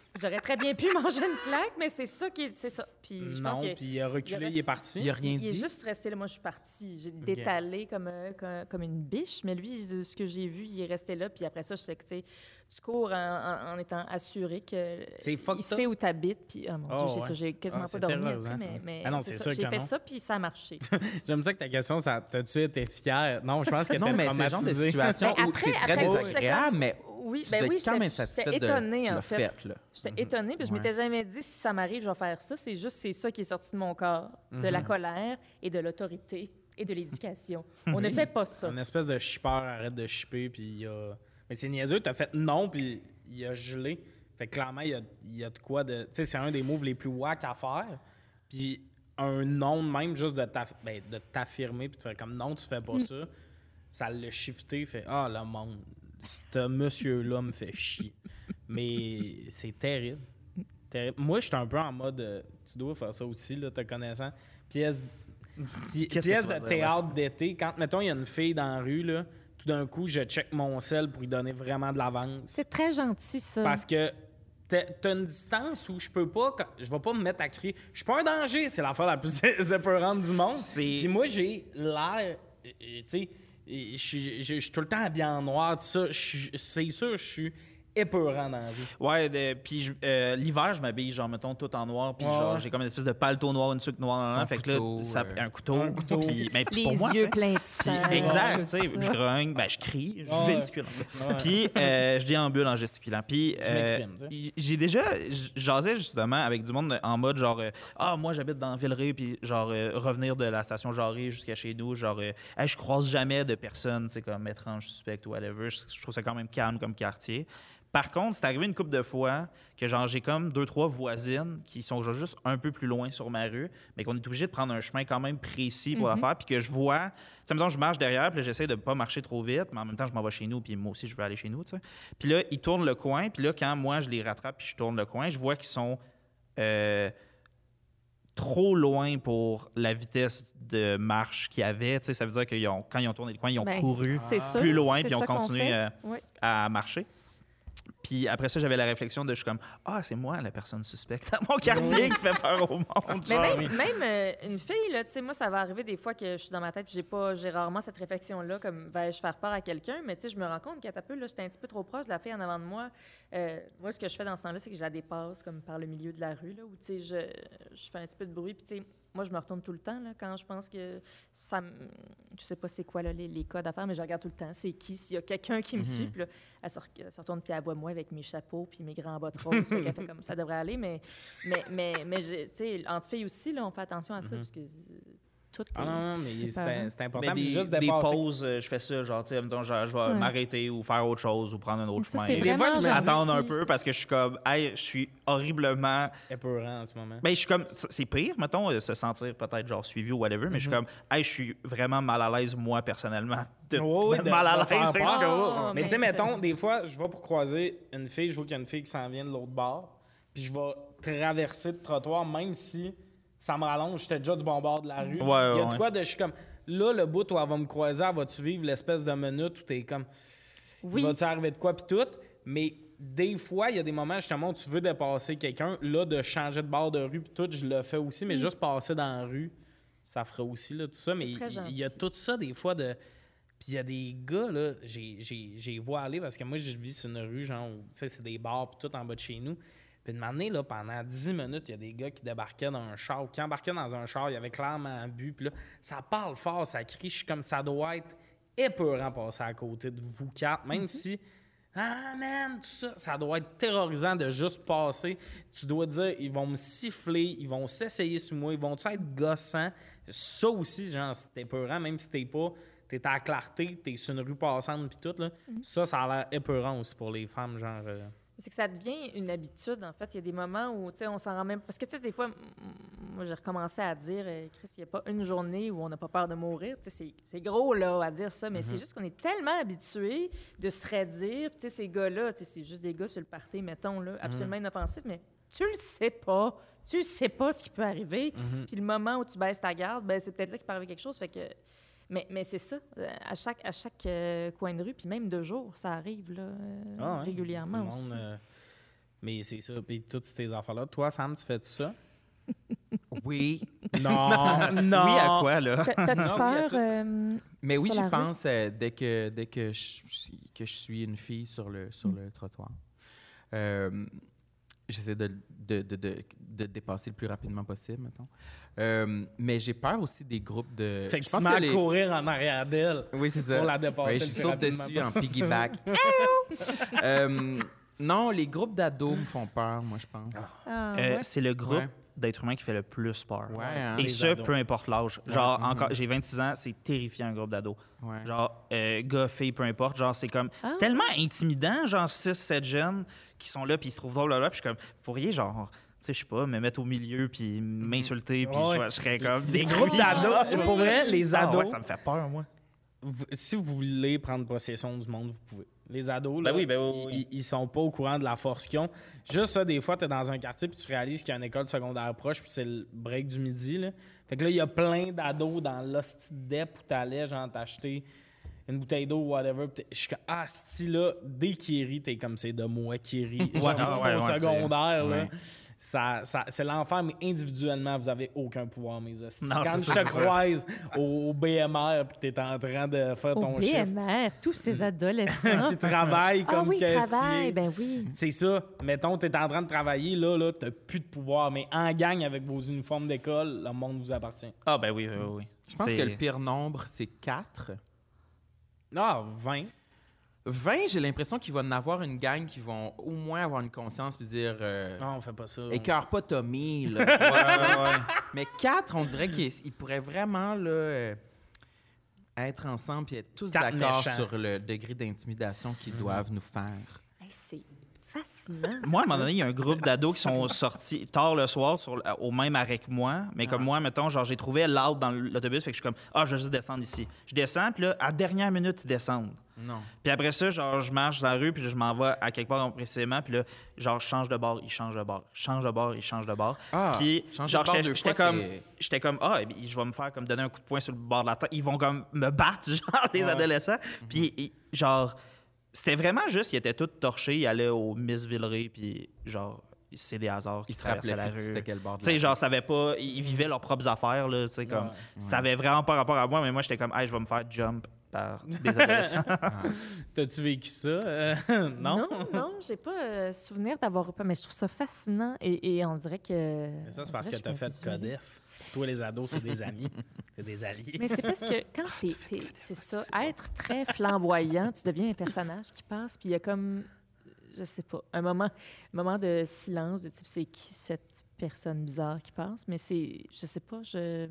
J'aurais très bien pu manger une claque, mais c'est ça qui est... C'est ça. Puis je pense Non, que... puis il a reculé, il est parti. Il a rien Il est dit. juste resté là. Moi, je suis partie. J'ai détalé comme une biche, mais lui, ce que j'ai vu, il est resté là. Puis après ça, je sais que, tu sais, tu cours en étant assuré que C'est fucked il sait up. où t'habites. Puis, oh mon Oh, Dieu, c'est ouais. ça. J'ai quasiment Ah, pas c'est dormi terrorisant. après, mais Ah non, c'est c'est ça. sûr J'ai que fait non. ça, puis ça a marché. J'aime ça que ta question, ça t'as-tu été fière? Non, je pense que Non, t'es mais c'est le genre de traumatisée. situation Ben, où après, c'est très après, désagréable, j'étais comme- mais Oui, tu ben dois oui, être quand même j'étais satisfaite étonnée, tu en l'as fait. fait, là. J'étais étonnée, puis je m'étais jamais dit, si ça m'arrive, je vais faire ça. C'est juste, c'est ça qui est sorti de mon corps, de la colère et de l'autorité et de l'éducation. On ne fait pas ça. Une espèce de shipper arrête de shipper, puis il a... Mais c'est niaiseux, t'as fait non, puis il a gelé. Fait que clairement, il y a de quoi de... Tu sais, c'est un des moves les plus wack à faire. Puis un non de même, juste de t'affirmer, puis de faire comme non, tu fais pas ça, ça l'a shifté, fait ah, le monde, ce monsieur-là me fait chier. Mais c'est terrible. Terrible. Moi, j'étais un peu en mode, tu dois faire ça aussi, là, te connaissant. Pièce Qu'est-ce que pièce tu vas de dire, théâtre d'été. Quand, mettons, il y a une fille dans la rue, là, tout d'un coup, je check mon sel pour lui donner vraiment de l'avance. C'est très gentil, ça. Parce que t'as une distance où je peux pas... Je vais pas me mettre à crier. Je suis pas un danger, c'est l'affaire la plus épeurante du monde. Puis moi, j'ai l'air... Tu sais, je suis tout le temps habillé en noir, tout ça. C'est sûr, je suis épeurant dans la vie. Ouais, puis l'hiver, je m'habille, genre, mettons, tout en noir, puis genre, j'ai comme une espèce de paletot noir, une sucre noire, Un fait que couteau, là, ça, un couteau, Un couteau. puis ben, puis Les pour moi, yeux tu sais. pleins de Puis, sang. exact, tout tu sais, ça. je grogne, ben, je crie, je Ouais. gesticule. Ouais. Puis je déambule en gesticulant. Puis m'exprime, tu sais. j'ai déjà jasé justement avec du monde en mode genre moi j'habite dans Villeray puis genre revenir de la station Jarry jusqu'à chez nous genre hey, je croise jamais de personnes, tu sais comme étrange, suspect ou whatever. Je trouve ça quand même calme comme quartier. Par contre, c'est arrivé une couple de fois que genre j'ai comme 2-3 voisines qui sont genre juste un peu plus loin sur ma rue, mais qu'on est obligé de prendre un chemin quand même précis pour la faire, puis que je vois, tu sais, mettons, je marche derrière, puis là, j'essaie de pas marcher trop vite, mais en même temps, je m'en vais chez nous, puis moi aussi, je veux aller chez nous, tu sais. Puis là, ils tournent le coin, puis là, quand moi, je les rattrape, puis je tourne le coin, je vois qu'ils sont trop loin pour la vitesse de marche qu'ils avaient, tu sais, ça veut dire que quand ils ont tourné le coin, ils ont Ben, couru c'est sûr, plus loin, c'est puis ils ont ça qu'on continué fait. Oui. à marcher. Puis après ça, j'avais la réflexion de je suis comme c'est moi la personne suspecte à mon quartier qui fait peur au monde. Mais genre. même une fille, là, tu sais, moi, ça va arriver des fois que je suis dans ma tête, puis j'ai rarement cette réflexion-là, comme vais-je faire peur à quelqu'un, mais tu sais, je me rends compte qu'à peu, là, j'étais un petit peu trop proche de la fille en avant de moi. Moi, ce que je fais dans ce temps-là, c'est que je la dépasse comme par le milieu de la rue, là, où tu sais, je fais un petit peu de bruit, puis tu sais, moi, je me retourne tout le temps là, quand je pense que ça me... Je sais pas c'est quoi là, les codes à faire, mais je regarde tout le temps. C'est qui? S'il y a quelqu'un qui me suit, puis là, elle se retourne, puis elle voit moi avec mes chapeaux puis mes grands bottes roses. Fait qu'elle fait comme ça devrait aller, mais tu sais, entre filles aussi, là, on fait attention à ça, parce que tout Ah non, mais c'est important. Mais Puis juste des dépasser. pauses, je fais ça, genre, tu sais, mettons, je vais m'arrêter ou faire autre chose ou prendre un autre Ça, chemin. c'est Et des fois, vraiment je me gentil. Attendre un peu parce que je suis comme, hey, je suis horriblement. Épeurant en ce moment. Ben, je suis comme, c'est pire, mettons, se sentir peut-être genre suivi ou whatever, mais je suis comme, hey, je suis vraiment mal à l'aise, moi, personnellement, de Ouais, mettre de- mal à de l'aise. faire Fait que je suis comme, peur. Mais tu sais, mais- mettons, des fois, je vais pour croiser une fille, je vois qu'il y a une fille qui s'en vient de l'autre bord, puis je vais traverser le trottoir, même si ça me rallonge, j'étais déjà du bon bord de la rue. Ouais, Il y a ouais. de quoi de... Je suis comme, là, le bout où elle va me croiser, elle va-tu vivre l'espèce de minute où t'es comme... Oui. Va-tu arriver de quoi, puis tout? Mais des fois, il y a des moments, justement, où tu veux dépasser quelqu'un, là, de changer de bord de rue, puis tout, je le fais aussi, mais juste passer dans la rue, ça ferait aussi, là, tout ça. Mais très il y a gentil. tout ça, des fois, de... Puis il y a des gars, là, j'ai vois aller, parce que moi, je vis sur une rue, genre, où, tu sais, c'est des bars, puis tout en bas de chez nous. Puis de m'amener, là, pendant 10 minutes, il y a des gars qui débarquaient dans un char, qui embarquaient dans un char, il y avait clairement un but, puis là, ça parle fort, ça crie, je suis comme, ça doit être épeurant passer à côté de vous quatre, même si, ah man, tout ça, ça doit être terrorisant de juste passer. Tu dois dire, ils vont me siffler, ils vont s'essayer sur moi, ils vont être gossants. Ça aussi, genre, c'est épeurant, même si t'es à la clarté, t'es sur une rue passante, puis tout, là. Ça a l'air épeurant aussi pour les femmes, genre... C'est que ça devient une habitude, en fait. Il y a des moments où, tu sais, on s'en rend même... Parce que, tu sais, des fois, moi, j'ai recommencé à dire, Chris, il n'y a pas une journée où on n'a pas peur de mourir. Tu sais, c'est gros, là, à dire ça, mais c'est juste qu'on est tellement habitué de se redire. Tu sais, ces gars-là, tu sais, c'est juste des gars sur le party, mettons, là, absolument inoffensifs, mais tu le sais pas. Tu sais pas ce qui peut arriver. Puis le moment où tu baisses ta garde, ben c'est peut-être là qu'il peut arriver quelque chose. Fait que... Mais c'est ça, à chaque coin de rue, puis même de jour, ça arrive là, régulièrement tout le monde, aussi. Mais c'est ça. Puis toutes ces affaires-là. Toi, Sam, tu fais ça? Oui. Non, non. Oui, à quoi, là? T'as-tu Non, peur? Mais oui, Sur j'y la rue? pense dès que je suis une fille sur le trottoir. J'essaie de dépasser le plus rapidement possible, mettons. Mais j'ai peur aussi des groupes de... Fait que je tu pense mets à les- courir en arrière d'elle. Oui, c'est ça. pour la dépasser Ouais, le je plus saute rapidement dessus en piggyback. Non, les groupes d'ados me font peur, moi, je pense. Ah, ouais. C'est le groupe Ouais. d'êtres humains qui fait le plus peur. Ouais, hein? Et Les ce, ados. peu importe l'âge. Genre, encore, j'ai 26 ans, c'est terrifiant, un groupe d'ados. Ouais. Genre, gars, filles, peu importe. Genre, c'est comme. Ah. C'est tellement intimidant, genre 6-7 jeunes qui sont là, puis ils se trouvent drôles, là. Puis je suis comme, vous pourriez, genre, tu sais, je sais pas, me mettre au milieu, puis m'insulter, puis Ouais. je serais comme. Les groupes d'ados, pour vrai, les Ah, ados, ouais, ça me fait peur, moi. si vous voulez prendre possession du monde, vous pouvez. Les ados, Ben là, oui, ben oui, oui. Ils sont pas au courant de la force qu'ils ont. Juste ça, des fois, tu es dans un quartier puis tu réalises qu'il y a une école secondaire proche puis c'est le break du midi. Là. Fait que là, il y a plein d'ados dans l'hostie de dep où t'allais, genre, t'acheter une bouteille d'eau ou whatever. Je suis comme, ah, style-là, dès qu'il rit, t'es comme c'est de moi qui rit. Genre, au secondaire, là. Ouais. C'est l'enfer, mais individuellement, vous avez aucun pouvoir, mes hosties. Non, Quand c'est je ça, te c'est ça. croise au BMR puis t'es en train de faire Au ton chiffre BMR, tous ces adolescents. qui travaillent Ah comme oui, caissier. travail, ben oui. C'est ça. Mettons, t'es en train de travailler, là, t'as plus de pouvoir. Mais en gang avec vos uniformes d'école, le monde vous appartient. Ah, ben oui, oui, oui. Je pense que le pire nombre, c'est 4. Ah, 20. 20, j'ai l'impression qu'il va en avoir une gang qui vont au moins avoir une conscience puis dire Non, on fait pas ça. écœure pas Tommy. Là. Ouais. Mais 4, on dirait qu'ils pourraient vraiment là, être ensemble puis être tous 4 d'accord méchants. sur le degré d'intimidation qu'ils doivent nous faire. Hey, c'est fascinant. Moi, à un ça. moment donné, il y a un groupe d'ados qui sont sortis tard le soir au même arrêt que moi. Mais comme moi, mettons, genre, j'ai trouvé l'autre dans l'autobus, fait que je suis comme, ah, je vais juste descendre ici. Je descends, puis là, à la dernière minute, ils descendent. Non. Puis après ça, genre, je marche dans la rue, puis là, je m'en vais à quelque part précisément, puis là, genre, je change de bord, il change de bord. Je change de bord, il change de bord. Ah, Puis, changer genre, de bord j'étais deux j'étais fois, comme, c'est- j'étais comme, ah, eh bien, je vais me faire comme donner un coup de poing sur le bord de la tête. Ils vont comme me battre, genre, les adolescents. Puis, genre, c'était vraiment juste, ils étaient tous torchés, ils allaient au Miss Villeray, puis genre, c'est des hasards qui Ils se traversaient rappelaient la plus rue. c'était quel bord de Tu sais, la genre, savaient pas, ils vivaient leurs propres affaires, là, tu sais, comme, Ouais. ça avait vraiment pas rapport à moi, mais moi, j'étais comme, hey, je vais me faire jump par des adolescents. T'as-tu vécu ça? Non? Non, j'ai pas souvenir d'avoir eu peur, mais je trouve ça fascinant et on dirait que. Mais ça, c'est on parce que dirait t'as je fait me visualise. Codef. Toi, les ados, c'est des amis. C'est des alliés. Mais c'est parce que quand c'est ça, être très flamboyant, tu deviens un personnage qui passe, puis il y a comme, je sais pas, un moment de silence, de type, c'est qui cette personne bizarre qui passe, mais c'est, je sais pas,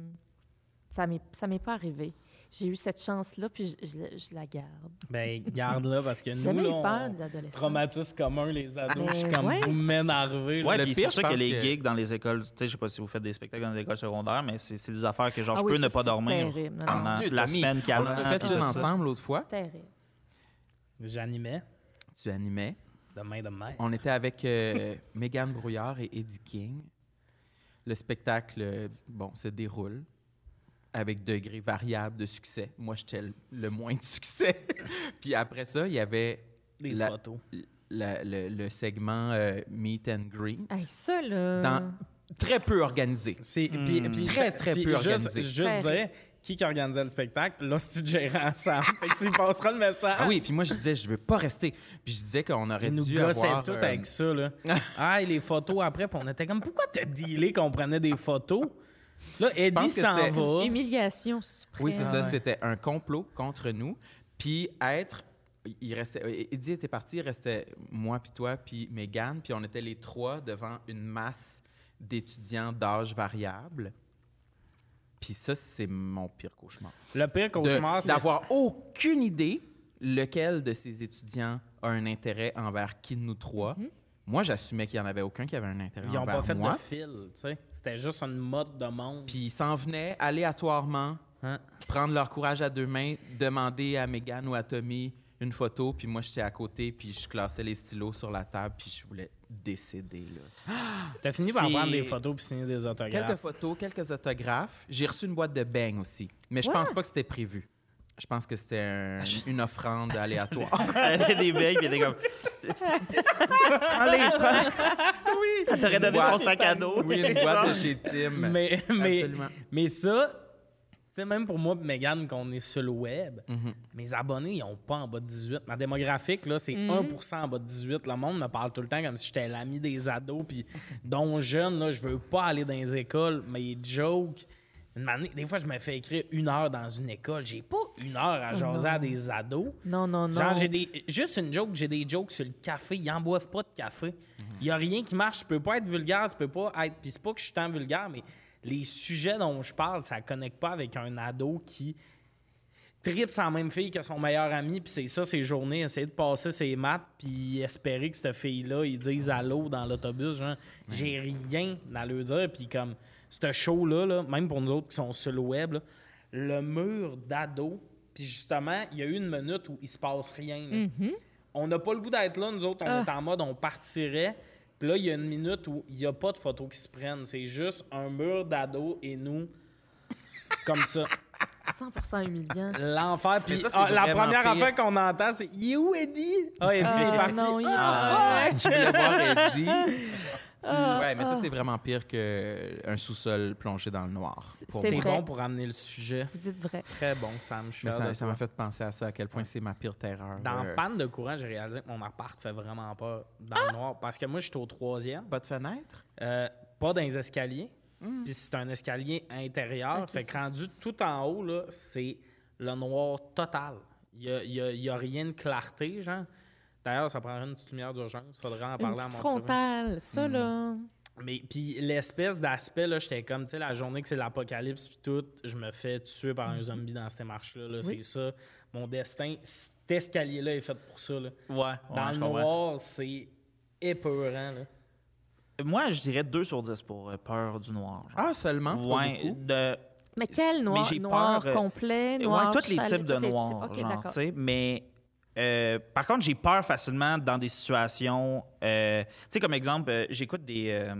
ça m'est pas arrivé. J'ai eu cette chance-là, puis je la garde. Ben, garde-là, parce que J'ai nous, jamais eu là, peur on des adolescents. traumatisme commun, les ados. Mais Je suis comme, ouais. vous mène à arriver. Ouais, Le puis c'est pire, pour ça je que pense les que- gigs dans les écoles, tu sais, je sais pas si vous faites des spectacles dans les écoles secondaires, mais c'est des affaires que, genre, Ah je oui, peux ne ça, pas c'est dormir terrible. Non, non. pendant Dieu, la Tommy, semaine qui on avant. s'est fait puis une tout ça. ensemble l'autre fois. Terrible. J'animais Tu animais. de main de main. On était avec Mégane Brouillard et Eddie King. Le spectacle, bon, se déroule avec degré variable de succès. Moi, j'étais le moins de succès. Puis après ça, il y avait Des la- photos. le segment Meet and Greet. Hey, ça, là... Dans- très peu organisé. C'est Très, très peu organisé. Juste Très. dire qui organisait le spectacle, là, c'est gérant Sam. Fait que tu lui passeras le message. Ah oui, puis moi, je disais, je veux pas rester. Puis je disais qu'on aurait Il nous dû gossait avoir... tout avec ça, là. Ah, et les photos après, puis on était comme, pourquoi t'as dealé qu'on prenait des photos? Là, Eddie pense que s'en c'était- va. Humiliation suprême. Oui, c'est ça. ouais. C'était un complot contre nous. Puis il restait... Eddie était parti, il restait moi, puis toi, puis Mégane. Puis on était les trois devant une masse d'étudiants d'âge variable. Puis ça, c'est mon pire cauchemar. Le pire cauchemar, c'est... D'avoir aucune idée lequel de ces étudiants a un intérêt envers qui de nous trois. Moi, j'assumais qu'il n'y en avait aucun qui avait un intérêt Ils n'ont envers pas fait moi. de fil, tu sais. C'était juste une mode de monde. Puis ils s'en venaient aléatoirement, Hein? prendre leur courage à deux mains, demander à Mégane ou à Tommy une photo, puis moi, j'étais à côté, puis je classais les stylos sur la table, puis je voulais décéder, là. T'as fini par C'est- prendre des photos puis signer des autographes. Quelques photos, quelques autographes. J'ai reçu une boîte de beignes aussi, mais je pense pas que c'était prévu. Je pense que c'était une offrande aléatoire. Elle avait des beignes, puis elle était comme. Allez, prends. Oui. Elle t'aurait donné son sac à dos. Oui, une boîte de chez Tim. Absolument. Mais ça, tu sais, même pour moi et Mégane, qu'on est sur le web, mes abonnés, ils n'ont pas en bas de 18. Ma démographique, là, c'est 1% en bas de 18. Le monde me parle tout le temps comme si j'étais l'ami des ados. Puis, dont jeune, là, je veux pas aller dans les écoles, mais ils joke. Des fois, je me fais écrire 1 heure dans une école. J'ai pas 1 heure à jaser à des ados. Non. Genre, juste une joke, j'ai des jokes sur le café. Ils n'en boivent pas de café. Il n'y a rien qui marche. Tu peux pas être vulgaire, tu peux pas être. Puis c'est pas que je suis tant vulgaire, mais les sujets dont je parle, ça ne connecte pas avec un ado qui tripe sans même fille que son meilleur ami, puis c'est ça ses journées, essayer de passer ses maths, puis espérer que cette fille-là, ils disent allô dans l'autobus. Genre, j'ai rien à leur dire, puis comme. Ce show-là, là, même pour nous autres qui sont sur le web, là, le mur d'ados, puis justement, il y a eu une minute où il se passe rien. Là. On n'a pas le goût d'être là, nous autres, on est en mode, on partirait. Puis là, il y a une minute où il n'y a pas de photos qui se prennent. C'est juste un mur d'ados et nous, comme ça. 100% humiliant. L'enfer. Puis ça, la première pire. affaire qu'on entend, c'est « Il est où, Eddie? » Ah, Eddie est parti. Non, Je voulais voir Eddie. Ouais, mais ça, c'est vraiment pire qu'un sous-sol plongé dans le noir. pour C'est T'es moi. vrai. bon pour amener le sujet. Vous dites vrai. Très bon, Sam. Je suis Mais fier de ça toi. m'a fait penser à ça, à quel point c'est ma pire terreur. Dans panne de courant, j'ai réalisé que mon appart fait vraiment peur dans le noir. Parce que moi, j'étais au 3e, Pas de fenêtre? pas dans les escaliers. Puis c'est un escalier intérieur. Ok, fait que c'est- rendu tout en haut, là, c'est le noir total. Il y a rien de clarté, genre. D'ailleurs, ça prendrait une petite lumière d'urgence. Faudrait en Une parler à petite mon frontale, ça, là. Mais puis l'espèce d'aspect, là, j'étais comme, tu sais, la journée que c'est l'apocalypse puis tout, je me fais tuer par un zombie dans cette marche-là. Là. C'est ça. Mon destin, cet escalier-là est fait pour ça. Là. Ouais. Dans ouais, le je comprends. noir, c'est épeurant. Là. Moi, je dirais 2 sur 10 pour peur du noir. genre. Ah, seulement? C'est pas Ouais, beaucoup? Mais quel noir? j'ai Noir peur, complet, noir tous les chalet, types de tous les noir, OK, genre, d'accord. tu sais, mais par contre, j'ai peur facilement dans des situations, tu sais, comme exemple, j'écoute des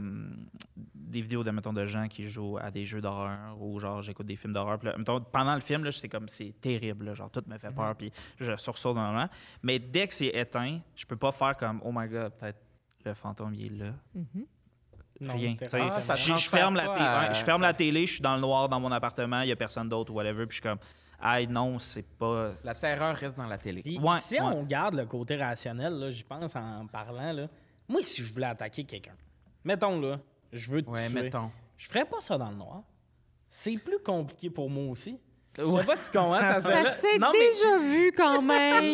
vidéos de gens qui jouent à des jeux d'horreur ou genre j'écoute des films d'horreur. Puis là, mettons, pendant le film, là, c'est comme c'est terrible, là, genre tout me fait peur, puis je sursaute dans le moment. Mais dès que c'est éteint, je peux pas faire comme oh my god, peut-être le fantôme il est là. Non, Rien. t'es Tu sais, rare, ça c'est je transfère ferme la pas télé, à- je ferme la télé, je suis dans le noir dans mon appartement, il y a personne d'autre ou whatever, puis je suis comme ah non, c'est pas La terreur reste dans la télé. Puis Ouais, si ouais. on garde le côté rationnel, là, j'y pense en parlant, là, moi, si je voulais attaquer quelqu'un, mettons, là, je veux te Ouais, tuer, mettons. je ferais pas ça dans le noir. C'est plus compliqué pour moi aussi. Je Ouais. sais pas si tu comprends, ça se Ça fait- s'est Non, mais- déjà vu quand même.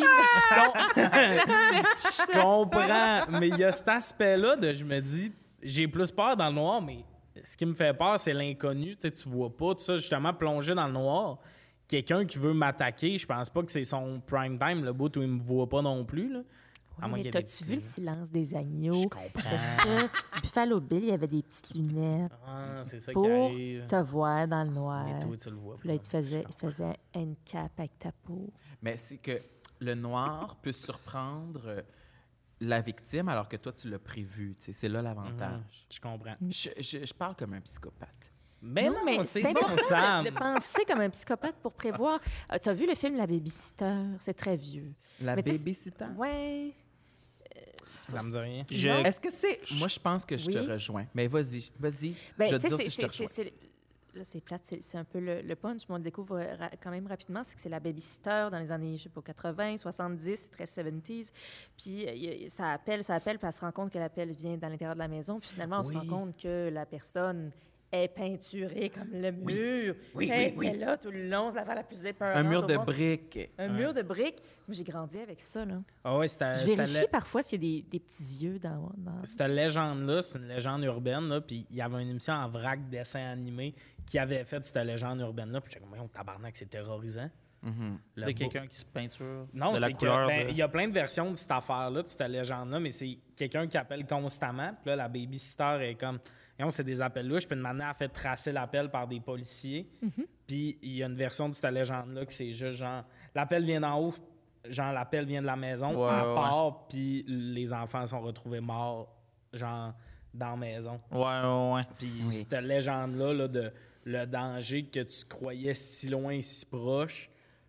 Je comprends, mais il y a cet aspect-là de je me dis, j'ai plus peur dans le noir, mais ce qui me fait peur, c'est l'inconnu. Tu sais, tu vois pas tout ça, justement, plonger dans le noir. Quelqu'un qui veut m'attaquer, je pense pas que c'est son prime time, le bout où il me voit pas non plus. Là. À moins mais qu'il y ait des t'as-tu petits- vu le silence des agneaux? Je comprends. Parce que Buffalo Bill, il y avait des petites lunettes Ah, c'est ça qui pour arrive. te voir dans le noir. Mais toi, tu le vois Puis là, pas. il faisait une cape avec ta peau. Mais c'est que le noir peut surprendre la victime alors que toi, tu l'as prévu. Tu sais, c'est là l'avantage. Je comprends. Je parle comme un psychopathe. Ben non, mais c'est c'est bon, important Sam. de penser comme un psychopathe pour prévoir. T'as vu le film La Babysitter? C'est très vieux. La Mais tu sais, babysitter? Ouais. C'est pas- Ça me dit rien. Je- Non. Est-ce que c'est... Moi, je pense que je te Oui. rejoins. Mais vas-y. Ben, je vais tu te sais, dire si je te rejoins. là, c'est plate, c'est un peu le punch, mais on le découvre quand même rapidement, c'est que c'est la babysitter dans les années, je sais pas, 80, 70, c'est très 70s. Puis ça appelle, puis elle se rend compte que l'appel vient dans l'intérieur de la maison, puis finalement, on se rend compte que la personne est peinturée comme le mur. Oui, Elle oui. est là tout le long, c'est l'affaire la plus épeurante Un mur au de monde. briques. Un mur de briques. Moi, j'ai grandi avec ça, là. Ah ouais, c'était Je vérifie parfois s'il y a des petits yeux dans... Cette légende-là, c'est une légende urbaine, là, puis il y avait une émission en vrac dessin animé qui avait fait cette légende urbaine-là, puis j'étais comme, voyons, tabarnak, c'est terrorisant. Le de beau- quelqu'un qui se peinture Non, de la c'est que, couleur. ben, de- il y a plein de versions de cette affaire-là, de cette légende-là, mais c'est quelqu'un qui appelle constamment, puis là, la babysitter est comme, voyons, c'est des appels louches, puis une manière a fait tracer l'appel par des policiers, puis il y a une version de cette légende-là que c'est juste genre, l'appel vient d'en haut, genre, l'appel vient de la maison, Ouais, elle ouais, part, puis les enfants sont retrouvés morts, genre, dans la maison. Ouais. Puis cette légende-là, là, de le danger que tu croyais si loin, si proche,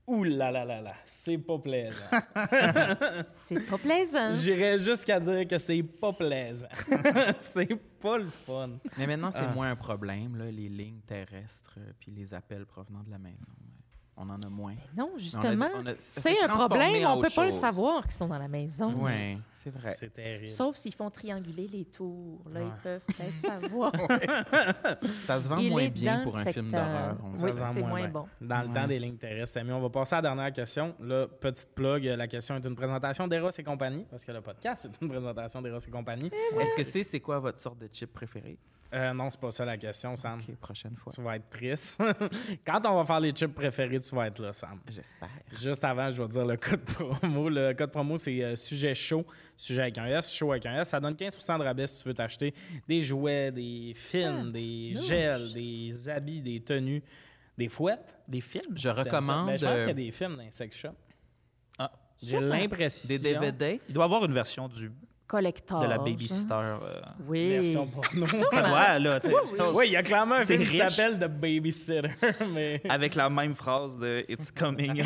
Ouh là là là là, c'est pas plaisant. C'est pas plaisant. J'irais jusqu'à dire que c'est pas plaisant. C'est pas le fun. Mais maintenant, c'est moins un problème, là, les lignes terrestres puis les appels provenant de la maison. On en a moins. Non, justement, ça c'est s'est un transformé problème. en On peut autre pas le chose. savoir qu'ils sont dans la maison. Oui, c'est vrai. C'est terrible. Sauf s'ils font trianguler les tours. Là, Ouais. ils peuvent peut-être savoir. Ça se vend Il moins est bien dans pour le un film secteur. d'horreur. on Ça Oui, se sait. vend c'est moins bien. bon. Dans le temps des lignes terrestres, mais on va passer à la dernière question. Là, petite plug, la question est une présentation d'Eros et compagnie, parce que le podcast, c'est une présentation d'Eros et compagnie. Est-ce que c'est quoi votre sorte de chip préférée? Non, c'est pas ça la question, Sam. OK, prochaine fois. Tu vas être triste. Quand on va faire les chips préférés, tu vas être là, Sam. J'espère. Juste avant, je vais te dire le code promo. Le code promo, c'est sujet chaud. Sujet avec un S, chaud avec un S. Ça donne 15 de rabais si tu veux t'acheter des jouets, des films, des gels, des habits, des tenues, des fouettes. Des films? Je T'aimes ça? recommande Ben, je pense qu'il y a des films dans les sex shops. Ah. J'ai Sûrement. l'impression. des DVD. Il doit y avoir une version Collector. de la babysitter. Oui. Version porno. Ça doit, là, tu sais. Oui, il y a clairement un C'est film qui riche. s'appelle The Babysitter, mais... Avec la même phrase de It's coming.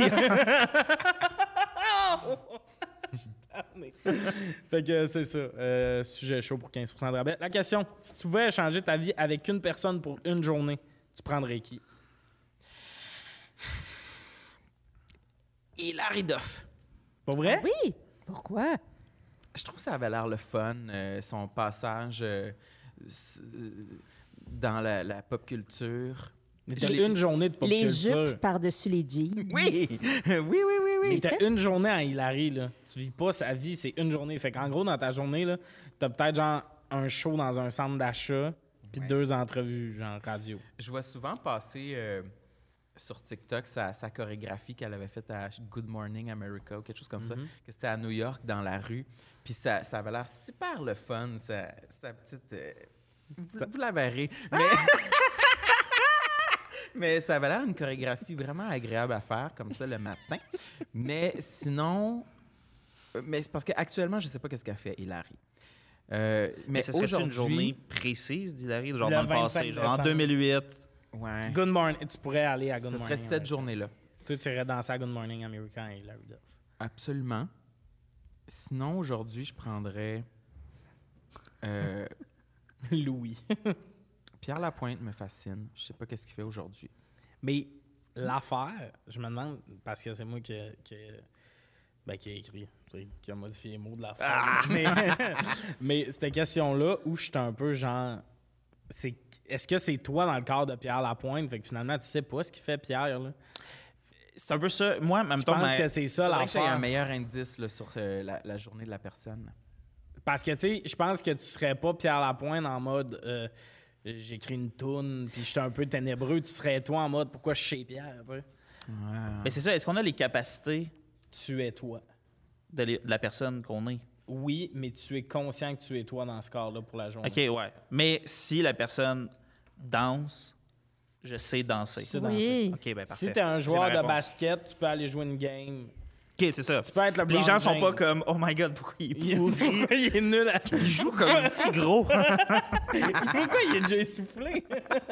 Fait que c'est ça. Sujet chaud pour 15 de rabais. La question, si tu pouvais changer ta vie avec une personne pour une journée, tu prendrais qui? Hilary Duff. Pas vrai? Oui. Pourquoi? Je trouve que ça avait l'air le fun, son passage dans la pop culture. C'était une journée de pop Les culture. jupes par-dessus les jeans. Oui! oui. C'était fait une journée à Hilary, là. Tu vis pas sa vie, c'est une journée. Fait qu'en gros, dans ta journée, là, t'as peut-être genre un show dans un centre d'achat, puis 2 entrevues, genre radio. Je vois souvent passer sur TikTok sa chorégraphie qu'elle avait faite à Good Morning America ou quelque chose comme ça, que c'était à New York, dans la rue. Puis ça avait l'air super le fun, sa petite... vous la verrez. Mais... Mais ça avait l'air une chorégraphie vraiment agréable à faire, comme ça, le matin. Mais sinon... Mais c'est parce qu'actuellement, je ne sais pas qu'est-ce qu'elle fait, Hilary. Mais ça serait aujourd'hui... une journée précise d'Hilary, genre Le dans le 25 passé, genre en décembre. 2008. Ouais. Good Morning. Tu pourrais aller à Good Ce Morning. serait cette America. journée-là. Toi, tu irais danser à Good Morning America et Hilary Duff. Absolument. Sinon, aujourd'hui, je prendrais... Louis. Pierre Lapointe me fascine. Je sais pas qu'est-ce qu'il fait aujourd'hui. Mais l'affaire, je me demande, parce que c'est moi qui ai écrit, qui a modifié les mots de l'affaire. Mais cette question-là, où je suis un peu genre, est-ce que c'est toi dans le corps de Pierre Lapointe? Fait que finalement, tu sais pas ce qu'il fait, Pierre, là. C'est un peu ça. Moi, en même Je temps, pense que c'est ça Faudrait que j'aie un l'affaire. meilleur indice là, sur la journée de la personne. Parce que, tu sais, je pense que tu serais pas Pierre Lapointe en mode j'écris une toune, puis je suis un peu ténébreux. Tu serais toi en mode pourquoi je suis chez Pierre, tu sais. mais c'est ça. Est-ce qu'on a les capacités Tu es toi. de la personne qu'on est? Oui, mais tu es conscient que tu es toi dans ce corps-là pour la journée. OK, ouais. Mais si la personne danse, je sais danser. Tu sais danser. Oui. OK, ben parfait. Si t'es un J'ai joueur la de réponse. basket, tu peux aller jouer une game. OK, c'est ça. Tu peux être le Les LeBron gens sont James. pas comme « Oh my God, pourquoi il est pourri? Il est nul à Il joue comme un petit gros. » Pourquoi il est déjà essoufflé?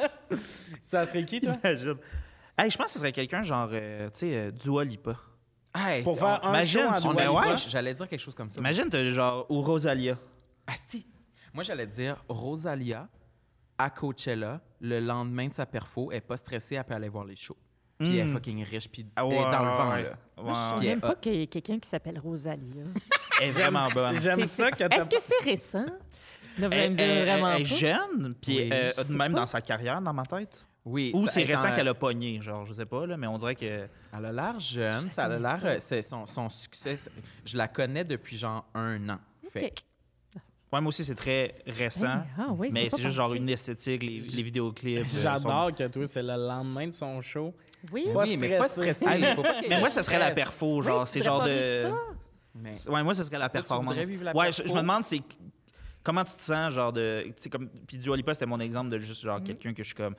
Ça serait qui, toi? Imagine. Hey, je pense que ce serait quelqu'un genre, tu sais, Dua Lipa. Hey, Pour faire un imagine, show en tu- Dua ben Lipa? ouais. J'allais dire quelque chose comme ça. Imagine, t'as genre, ou Rosalia. Asti. Moi, j'allais dire Rosalia à Coachella, le lendemain de sa perfo, elle est pas stressée, elle peut aller voir les shows. Puis elle est fucking riche, puis Ah elle est dans le vent, ouais. là. Moi, je Ouais. sais Puis même elle- pas qu'il y ait quelqu'un qui s'appelle Rosalia. Elle est vraiment bonne. J'aime ça que t'as Est-ce que c'est récent? Là, vous allez me dire vraiment Elle est pas. jeune, puis Oui. Je sais même pas. dans sa carrière, dans ma tête. Oui. Ou ça- c'est elle est récent en- qu'elle a pogné, genre, je sais pas, là, mais on dirait que... Elle a l'air jeune, ça a connais l'air... pas. c'est son succès, je la connais depuis genre 1 an. Fait OK. Ouais, moi aussi, c'est très récent. Ah oui, Mais pas c'est juste genre pensé. une esthétique, les vidéoclips. J'adore que toi, c'est le lendemain de son show. Oui, Pas oui, mais pas stressé. stressé. Il faut pas qu'il y ait Mais de moi, ça serait la stress. perfo, Oui, genre, tu c'est voudrais genre pas de... vivre ça? Mais- Ouais, moi, ça serait la Toi, tu performance. voudrais vivre la Ouais, perfo? je me demande, c'est comment tu te sens, genre de... Tu sais, comme... Puis Dua Lipa, c'était mon exemple de juste, genre, quelqu'un que je suis comme...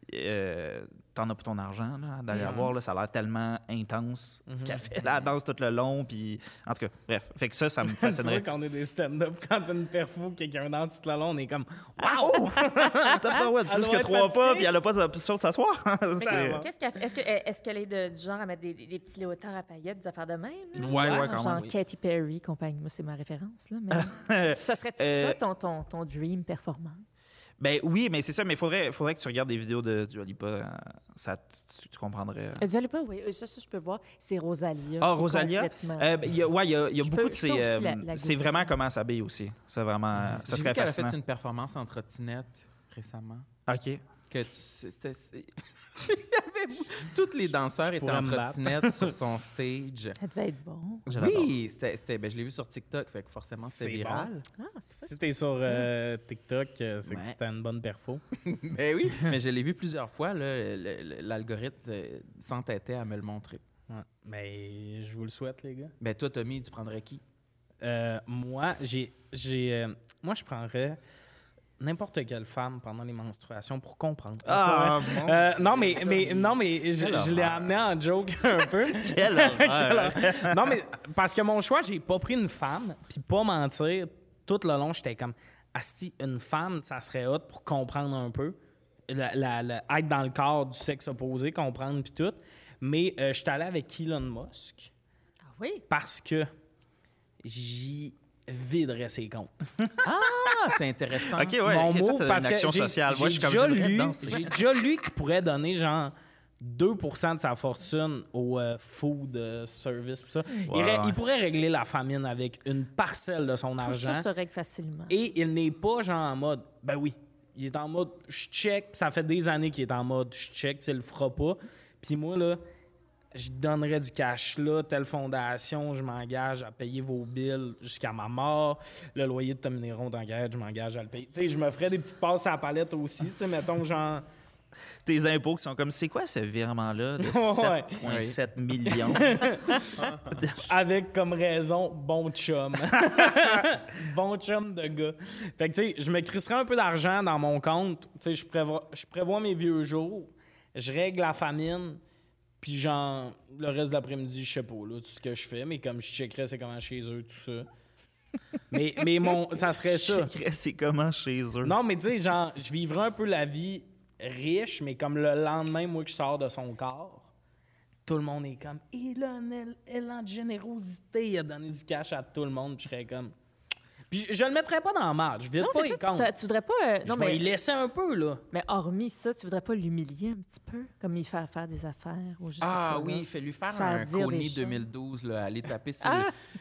t'en as pour ton argent, là, d'aller la voir, là, ça a l'air tellement intense, ce qu'elle fait, là, elle danse tout le long, puis en tout cas, bref. Fait que ça me Tu vois, fascinerait. quand on est des stand-up, quand t'as une perfo, quelqu'un danse tout le long, on est comme waouh! Ouais, Elle plus doit que être 3 pas, fatiguée. puis elle a pas de position de s'asseoir. Mais Ça- qu'est-ce qu'elle fait? Est-ce qu'elle est du genre à mettre des petits léotards à paillettes, des affaires de même? là? Ouais, quand Genre même. Oui. Katy Perry, compagnie. Moi, c'est ma référence, là. Mais ça serait-tu ça, ton dream performance? Ben oui, mais c'est ça, mais faudrait que tu regardes des vidéos de Dua Lipa, ça, tu comprendrais. Dua Lipa, oui, ça, je peux voir. C'est Rosalia. Ah, qui est Rosalia? complètement- Il y a Je beaucoup peux- de je peux aussi ces. la C'est googler. vraiment comment elle s'habille aussi. C'est vraiment. Ça J'ai vu serait qu'elle a fascinant. fait une performance en trottinette récemment. OK. Que Il y avait toutes les danseurs étaient pourrais en me battre. trottinette sur son stage. Ça devait être bon. Oui, ben, je l'ai vu sur TikTok, fait que forcément c'était C'est viral. Ah, c'est pas Si t'es sur TikTok, c'est Ouais. que c'était une bonne perfo. Ben oui, mais je l'ai vu plusieurs fois. Là, l'algorithme s'entêtait à me le montrer. Ouais. Mais je vous le souhaite, les gars. Ben toi, Tommy, tu prendrais qui? Moi, moi, je prendrais n'importe quelle femme pendant les menstruations pour comprendre. Ah, C'est pas bon. vrai. Non, mais je Quelle l'ai horreur. amené en joke un peu. Quelle horreur. Non, mais parce que mon choix, j'ai pas pris une femme, puis pas mentir, tout le long, j'étais comme, asti, une femme, ça serait hot pour comprendre un peu, être dans le corps du sexe opposé, comprendre, puis tout. Mais je suis allé avec Elon Musk Ah oui? parce que j'y viderais ses comptes. Ah, c'est intéressant. OK, ouais. Mon OK, toi, move, t'as parce une que action j'ai sociale. Moi, je suis comme déjà j'aimerais lu, danser. j'ai déjà lu qu'il pourrait donner genre 2 de sa fortune au food service. Pis ça. Ouais. Il pourrait régler la famine avec une parcelle de son Tout argent. ça se règle facilement. Et il n'est pas genre en mode, ben oui, il est en mode, je check, pis ça fait des années qu'il est en mode, je check, tu le fera pas. Puis moi, là, je donnerais du cash là, telle fondation, je m'engage à payer vos bills jusqu'à ma mort. Le loyer de Tommy Néron, t'engage, je m'engage à le payer. Tu sais, je me ferais des petites passes à la palette aussi, tu sais, mettons genre... Tes impôts qui sont comme, c'est quoi ce virement-là de Ouais. 7,7 millions? Avec comme raison, bon chum. Bon chum de gars. Fait que, tu sais, je me crisserais un peu d'argent dans mon compte. Tu sais, je prévois mes vieux jours. Je règle la famine. Puis, genre, le reste de l'après-midi, je sais pas, là, tout ce que je fais. Mais comme je checkerais, c'est comment chez eux, tout ça. mais ça serait ça. C'est comment chez eux? Non, mais tu sais, genre, je vivrais un peu la vie riche, mais comme le lendemain, moi, que je sors de son corps, tout le monde est comme, il a un élan de générosité, il a donné du cash à tout le monde, puis je serais comme... Puis je le mettrais pas dans la marge, je vide Non, pas c'est les ça, comptes. tu voudrais pas... non, Je vais mais, y laisser un peu, là. mais hormis ça, tu voudrais pas l'humilier un petit peu? Comme il fait faire des affaires ou je sais Ah pas, oui, là. il fait lui faire Faire un dire des Coney choses. 2012, là, aller taper sur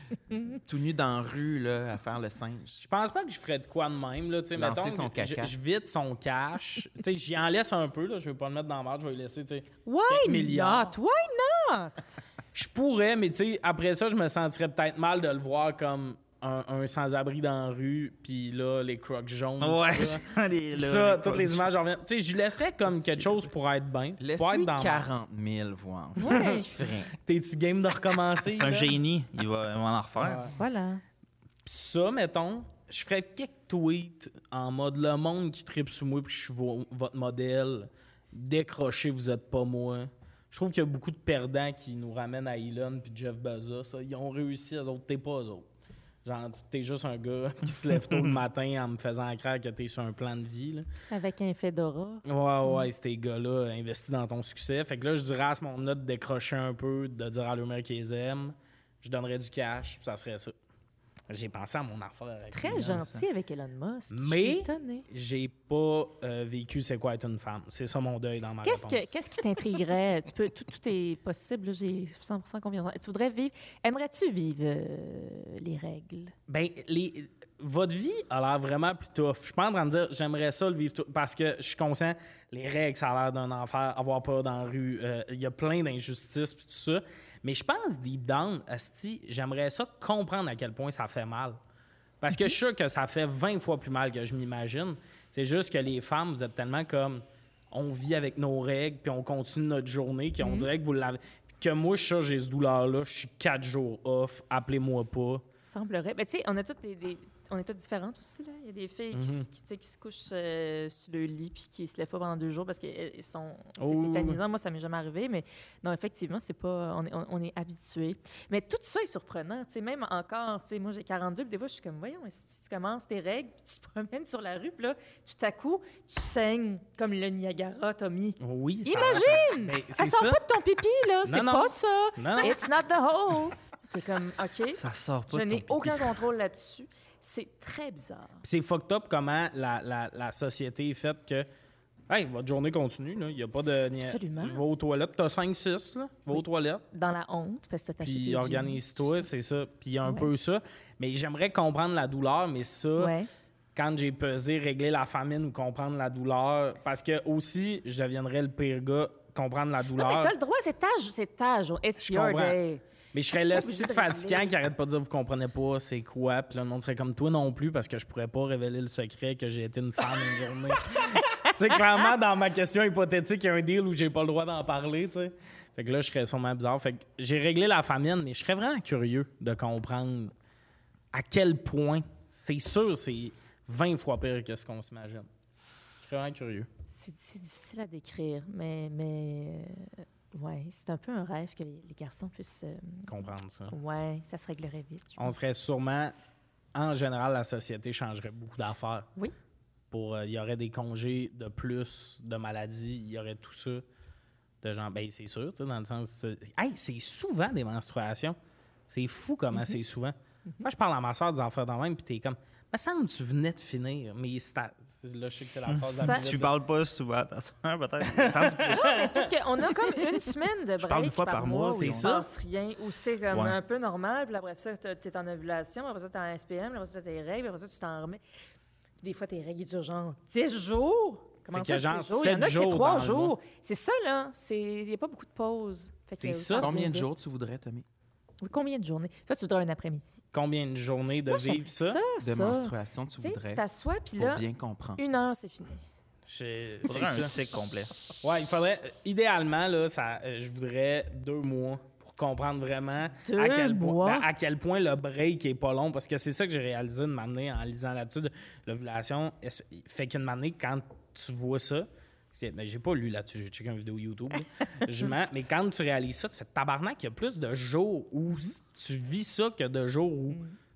tout nu dans la rue, là, à faire le singe. Je pense pas que je ferais de quoi de même, là, tu sais, Lancer mettons, son caca. je vide son cash, tu sais, j'y en laisse un peu, là, je vais pas le mettre dans la marge, je vais le laisser, tu sais. Why quelques milliards. not? Why not? Je pourrais, mais tu sais, après ça, je me sentirais peut-être mal de le voir comme un sans-abri dans la rue, puis là, les crocs jaunes. Ouais, tout ça. les- Puis là, ça, les toutes les codes. images, j'en reviens. Tu sais, je laisserais comme quelque chose pour être bien. Pour Laisse-lui être dans 40 000 voix. Ouais. T'es-tu game de recommencer? C'est un là? génie. Il va en refaire. Ouais. Voilà. Puis ça, mettons, je ferais quelques tweets en mode le monde qui tripe sous moi puis je suis votre modèle. Décrochez, vous êtes pas moi. Je trouve qu'il y a beaucoup de perdants qui nous ramènent à Elon puis Jeff Bezos. Ça, ils ont réussi, eux autres, t'es pas eux autres. Genre, t'es juste un gars qui se lève tôt le matin en me faisant croire que t'es sur un plan de vie. Là. Avec un fedora. Ouais, ces gars-là investis dans ton succès. Fait que là, je dirais à ce monde-là de décrocher un peu, de dire à l'humain qu'ils les aiment. Je donnerais du cash, puis ça serait ça. J'ai pensé à mon affaire. Avec Très Elon, ça. gentil avec Elon Musk. Mais- Je suis étonnée. J'ai pas vécu c'est quoi être une femme. C'est ça mon deuil dans ma réponse. Qu'est-ce qui t'intriguerait? tout est possible, là, j'ai 100% confiance. Tu voudrais vivre... Aimerais-tu vivre les règles? Ben, votre vie a l'air vraiment plus tough. Je suis pas en train de dire j'aimerais ça le vivre tout, parce que je suis conscient, les règles, ça a l'air d'un enfer, avoir peur dans la rue. Il y a plein d'injustices puis tout ça. Mais je pense, deep down, asti, j'aimerais ça comprendre à quel point ça fait mal. Parce que je suis sûr que ça fait 20 fois plus mal que je m'imagine. C'est juste que les femmes, vous êtes tellement comme... On vit avec nos règles, puis on continue notre journée, qu'on dirait que vous l'avez... Que moi, je suis sûr, j'ai ce douleur-là. Je suis 4 jours off. Appelez-moi pas. Semblerait. Mais tu sais, on a toutes on est toutes différentes aussi, là. Il y a des filles tu sais, qui se couchent sur le lit puis qui se lèvent pas pendant 2 jours parce qu'elles sont... C'est tétanisant. Moi, ça m'est jamais arrivé, mais non, effectivement, c'est pas... On est habitués. Mais tout ça est surprenant, tu sais, même encore, tu sais, moi, j'ai 42, puis des fois, je suis comme, voyons, si tu commences tes règles, puis tu te promènes sur la rue, puis là, tout à coup, tu saignes comme le Niagara, Tommy. Oui, Imagine! Mais Ça c'est sort ça. pas de ton pipi, là. C'est non. pas ça. Non. It's not the hole. T'es comme, OK. Ça sort pas Je de n'ai ton aucun contrôle là-dessus. C'est très bizarre. Puis c'est fucked up comment la société est faite que. Hey, votre journée continue, là. Il n'y a pas de. Absolument. Va aux toilettes. T'as 5-6, là. Va aux toilettes. Dans la honte, parce que tu as acheté Puis tes organise-toi, jeans. c'est ça. Puis il y a un Ouais. peu ça. Mais j'aimerais comprendre la douleur, mais ça, Ouais. quand j'ai pesé régler la famine ou comprendre la douleur, parce que aussi, je deviendrais le pire gars, comprendre la Non, douleur. mais t'as le droit, c'est ta journée. It's Je your comprends. day. Mais je serais T'es pas le obligé style de fatigant régler. qui arrête pas de dire vous comprenez pas c'est quoi. Puis là, le monde serait comme toi non plus parce que je pourrais pas révéler le secret que j'ai été une femme une journée. Tu sais, clairement, dans ma question hypothétique, il y a un deal où j'ai pas le droit d'en parler, tu sais. Fait que là, je serais sûrement bizarre. Fait que j'ai réglé la famine, mais je serais vraiment curieux de comprendre à quel point. C'est sûr, c'est 20 fois pire que ce qu'on s'imagine. Je serais vraiment curieux. C'est difficile à décrire, mais ouais, c'est un peu un rêve que les garçons puissent... Comprendre ça. ouais, ça se réglerait vite. je On pense. serait sûrement... En général, la société changerait beaucoup d'affaires. Oui. Il y aurait des congés de plus de maladies, il y aurait tout ça. De genre, ben c'est sûr, tu sais, dans le sens... Hey, c'est souvent des menstruations. C'est fou comment c'est souvent. Moi, je parle à ma soeur des enfants dans même, puis t'es comme... Me semble que tu venais de finir, mais là, je sais que c'est la phrase Ça- la Tu parles pas souvent à ta soeur, peut-être. Pense plus. Non, mais c'est parce qu'on a comme une semaine de break parle une fois par mois, où c'est il se ça. passe rien, où c'est comme Ouais. un peu normal, puis après ça, t'es en ovulation, après ça, t'es en SPM, après ça, t'as tes règles, après ça, tu t'en remets. Des fois, tes règles, ils durent genre 10 jours. Comment Fait ça, que 10 genre jours? Il y en a 7 que c'est jours 3 dans le jours. mois. C'est ça, là. Il n'y a pas beaucoup de pauses. Fait que C'est ça, ça. Combien c'est de vrai. jours tu voudrais, Tommy? Oui, combien de journées? Toi, tu voudrais un après-midi. Combien de journées de Moi, vivre ça? De ça. menstruation, tu Tu sais, voudrais? tu t'assois, puis Pour là, bien comprendre. 1 heure, c'est fini. C'est Faudrait un ça. cycle complet. Ouais, il faudrait... Idéalement, là, je voudrais 2 mois pour comprendre vraiment 2 à mois? quel point le break est pas long. Parce que c'est ça que j'ai réalisé une année en lisant là-dessus. L'ovulation fait qu'une année, quand tu vois ça... Ben, j'ai pas lu là-dessus, j'ai checké une vidéo YouTube. Là. Mais quand tu réalises ça, tu fais tabarnak, il y a plus de jours où tu vis ça que de jours où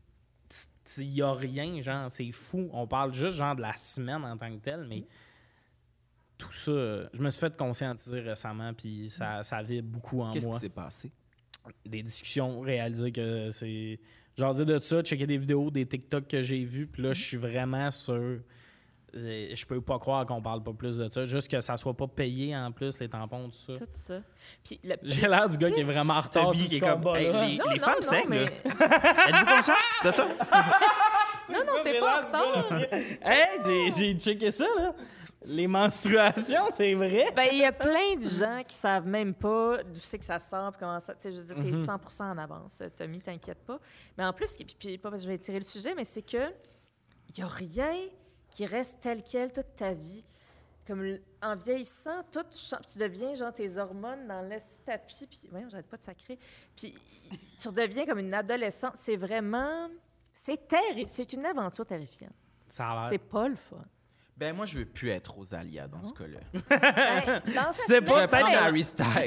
il n'y a rien, genre, c'est fou. On parle juste, genre, de la semaine en tant que telle, mais tout ça, je me suis fait conscientiser récemment, puis ça vibre beaucoup en Qu'est-ce moi. qui s'est passé? Des discussions, réaliser que c'est... Jaser de ça, checker des vidéos, des TikTok que j'ai vus, puis là, je suis vraiment sur... Je peux pas croire qu'on parle pas plus de ça. Juste que ça soit pas payé en plus, les tampons, tout ça. Tout ça. Puis le... J'ai l'air du gars qui est vraiment en retard Toby sur qui ce est comme, combat-là. hey, les femmes saignent, mais... là. Êtes-vous conscient de ça? Non, t'es pas en retard. Hey, j'ai checké ça, là. Les menstruations, c'est vrai? Ben, il y a plein de gens qui savent même pas d'où c'est que ça sort, puis comment ça. Tu sais, je veux dire, t'es 100% en avance, Tommy, t'inquiète pas. Mais en plus, puis pas parce que je vais tirer le sujet, mais c'est que il y a rien qui reste tel quel toute ta vie. Comme en vieillissant, tout, tu deviens genre tes hormones dans le tapis, puis voyons, j'arrête pas de sacrer. Puis tu redeviens comme une adolescente. C'est vraiment, c'est terrible. C'est une aventure terrifiante. Ça a C'est l'air. pas le fun. Ben moi, je veux plus être Rosalia dans ce cas-là. Ben, dans sa C'est Je pas vais prendre peut-être- Harry Styles.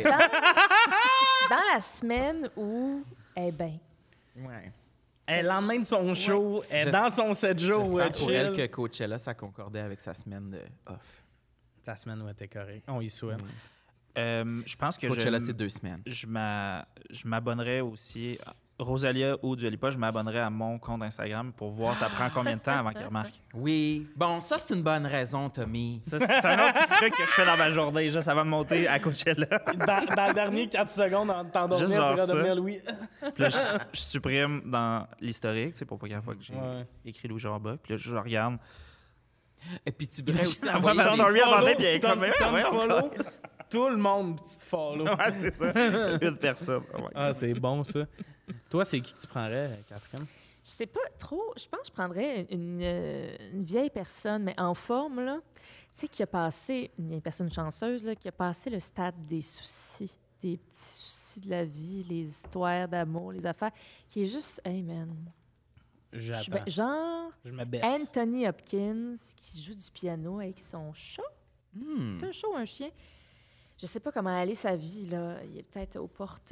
Dans la semaine où, eh ben, Ouais. Elle, le lendemain de son show, elle est dans son 7 jours où J'espère elle pour elle chill. que Coachella, ça concordait avec sa semaine de off. Ta semaine où elle était correcte. On y souhaite. Je pense que Coachella, c'est 2 semaines. je m'abonnerais aussi, Rosalia ou Dua Lipa, je m'abonnerais à mon compte Instagram pour voir ça prend combien de temps avant qu'ils remarquent. Oui. Bon, ça, c'est une bonne raison, Tommy. Ça, c'est un autre petit truc que je fais dans ma journée, juste avant de monter à Coachella. Dans le dernier 4 secondes, en t'endormir, Juste genre pour redevenir ça. Louis. Puis là, je supprime dans l'historique, tu sais, pour pas qu'à la fois que j'ai Ouais. écrit Louis Jarbas. Puis là, je regarde. Et puis tu devrais aussi Elle voit envoyer ma des- story à un moment donné, puis elle est Ton- comme, ton ouais, follow, tout le monde, petit follow. Ouais, c'est ça. Une personne. Oh my God. Ah, c'est bon, ça. Toi, c'est qui que tu prendrais, Catherine? je sais pas trop. Je pense que je prendrais une vieille personne, mais en forme, là. Tu sais, qui a passé, une vieille personne chanceuse, là, qui a passé le stade des soucis, des petits soucis de la vie, les histoires d'amour, les affaires, qui est juste, hey man, J'attends. Genre Je me baisse. Anthony Hopkins qui joue du piano avec son chat. C'est un chat ou un chien? Je sais pas comment aller sa vie, là. Il est peut-être aux portes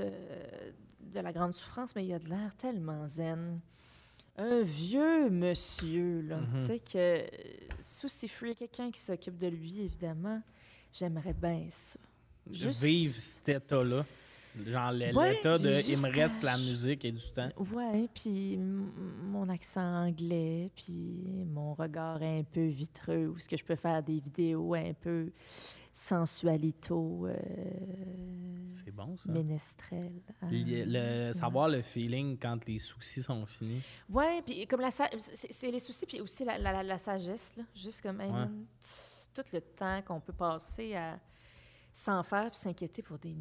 de la grande souffrance, mais il a de l'air tellement zen. Un vieux monsieur, là. Tu sais que souci-free, quelqu'un qui s'occupe de lui, évidemment. J'aimerais bien ça. Juste- Vivre cet état-là. Genre Ouais, l'état de j'ai il me juste reste la à- musique et du temps. Ouais, puis mon accent anglais, puis mon regard un peu vitreux, où ce que je peux faire des vidéos un peu sensualito, C'est bon, ça. ménestrel. Savoir le feeling quand les soucis sont finis. Ouais, puis comme c'est les soucis, puis aussi la sagesse, là. Juste comme, hey, Ouais. man, tout le temps qu'on peut passer à sans faire puis s'inquiéter pour des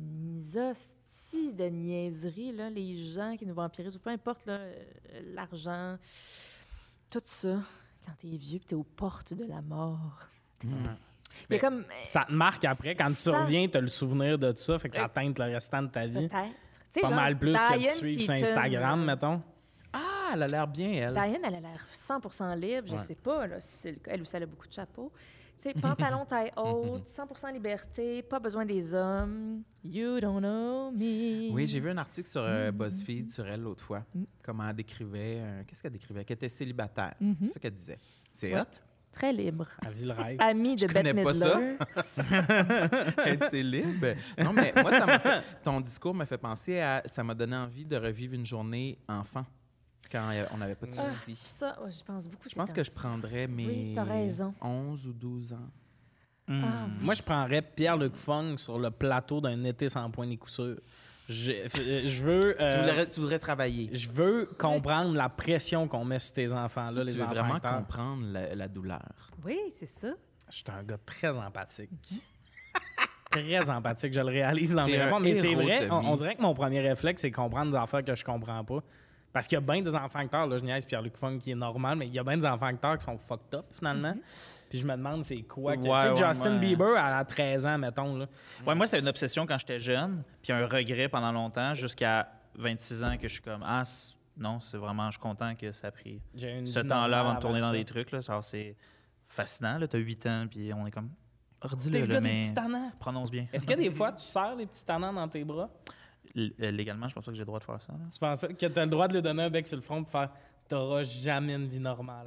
hosties de niaiseries, là, les gens qui nous vampirisent, ou peu importe, là, l'argent, tout ça, quand t'es vieux puis t'es aux portes de la mort. Il y a Mais comme... Ça te marque après. Quand tu Ça- reviens, tu as le souvenir de ça. Fait que ça teinte le restant de ta vie. Peut-être. Tu sais, Pas genre, mal plus que de Diane suivre sur Keaton, Instagram, mettons. Ah, elle a l'air bien, elle. Diane, elle a l'air 100% libre. Je Ouais. sais pas là, si c'est le cas. Elle aussi, elle a beaucoup de chapeaux. Tu sais, pantalon taille haute, 100% liberté, pas besoin des hommes. You don't know me. Oui, j'ai vu un article sur BuzzFeed sur elle l'autre fois. Comment elle décrivait... Qu'est-ce qu'elle décrivait? Qu'elle était célibataire. C'est ça qu'elle disait. C'est Ouais. hot. Très libre. La vie, le rêve. Amie de Je Bette connais pas ça. Midler. Être célib. Non, mais moi, ton discours m'a fait penser à... Ça m'a donné envie de revivre une journée enfant, quand on n'avait pas de Ah, soucis. ça, ouais, je pense beaucoup. Je pense que je prendrais mes Oui, t'as raison. 11 ou 12 ans. Ah, Moi, je prendrais Pierre-Luc Funk sur le plateau d'un été sans point ni coup sûr. Je veux... Tu voudrais travailler. Je veux comprendre la pression qu'on met sur tes enfants-là, Tu les veux enfants vraiment acteurs. comprendre la douleur. oui, c'est ça. Je suis un gars très empathique. Très empathique, je le réalise dans T'es mes un réponses. Mais c'est héros, vrai, Tommy. on dirait que mon premier réflexe, c'est comprendre des affaires que je comprends pas. Parce qu'il y a bien des enfants acteurs, là, je niaise Pierre-Luc Funk qui est normal, mais il y a bien des enfants acteurs qui sont fucked up, finalement. Puis je me demande c'est quoi. Que, Ouais, tu sais, ouais, Justin ouais. Bieber à 13 ans, mettons. Là. Ouais, moi, c'était une obsession quand j'étais jeune, puis un regret pendant longtemps, jusqu'à 26 ans que je suis comme, non, c'est vraiment, je suis content que ça a pris J'ai une ce vie temps-là avant normale de tourner dans ça. des trucs. Là, genre, c'est fascinant, là, t'as 8 ans, puis on est comme, T'es redis-le, le là, gars des mais petits tannants. prononce bien. Est-ce que des fois, tu serres les petits tannants dans tes bras? Légalement, je pense pas que j'ai le droit de faire ça. là. Tu penses que tu as le droit de lui donner un bec sur le front pour faire « T'auras jamais une vie normale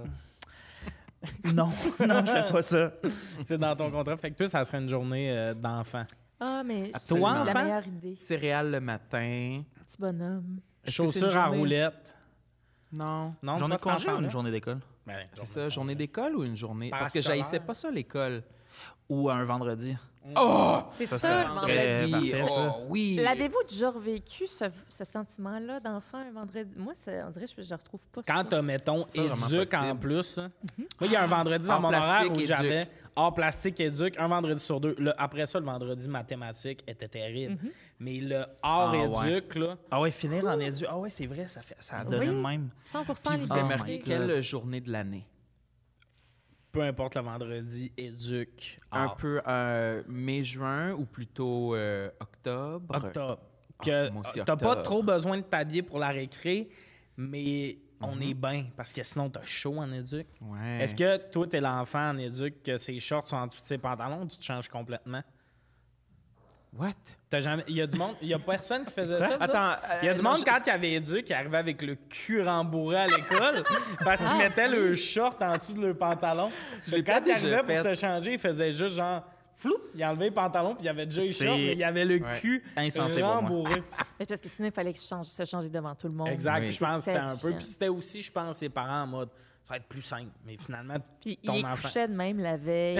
Non, non, je fais pas ça. ». C'est dans ton contrat. Fait que toi, ça serait une journée d'enfant. Ah, mais Absolument. c'est la Enfant? meilleure idée. Céréales le matin. Petit bonhomme. Est-ce que c'est une Chaussures à journée? roulette. Non. Non, Journée pas de congé cet ou enfant-là? une journée d'école? Ben, C'est ça, journée d'école ou une journée? Parce que Parascolaire. j'haïssais pas ça, l'école. Ou un vendredi? Oh! C'est Ça, ça, ça le serait vendredi. parfait, ça. Oui! L'avez-vous déjà revécu, ce sentiment-là d'enfant un vendredi? Moi, on dirait que je ne retrouve pas Quand ça. t'as, mettons, pas vraiment éduc en possible. plus. Hein. Moi, il y a un vendredi dans Art mon horaire plastique, où éduc. j'avais art plastique, éduc, un vendredi sur deux. Après ça, le vendredi mathématiques était terrible. Mais le art Ah, ouais. éduc, là, Ah ouais, finir en édu. Ah ouais, c'est vrai, ça a donné Oui. le même. 100% Puis vous liberté. aimeriez quelle journée de l'année? peu importe le vendredi, éduc, Un art. peu mai-juin ou plutôt octobre? Octobre. Que moi aussi, t'as pas octobre. trop besoin de t'habiller pour la récré, mais on est bien parce que sinon t'as chaud en éduc. Ouais. Est-ce que toi, t'es l'enfant en éduc que ses shorts sont en dessous de ses pantalons ou tu te changes complètement? What? Il y a du monde, il y a personne qui faisait ça. vous autres? Attends. Il y a du monde, quand il y avait éduc, qui arrivait avec le cul rembourré à l'école parce qu'ils mettaient le short en dessous de leur pantalon. l'ai Quand pas il déjà arrivait pour fait. se changer, il faisait juste genre flou, il enlevait le pantalon puis il y avait déjà le C'est short, mais il y avait le Ouais. cul Insensé pour moi. rembourré. Mais parce que sinon, il fallait que se changer devant tout le monde. Exact, Oui. je pense que c'était un peu. Terrifiant. Puis c'était aussi, je pense, ses parents en mode ça va être plus simple. Mais finalement, Puis ton il enfant. couchait de même la veille.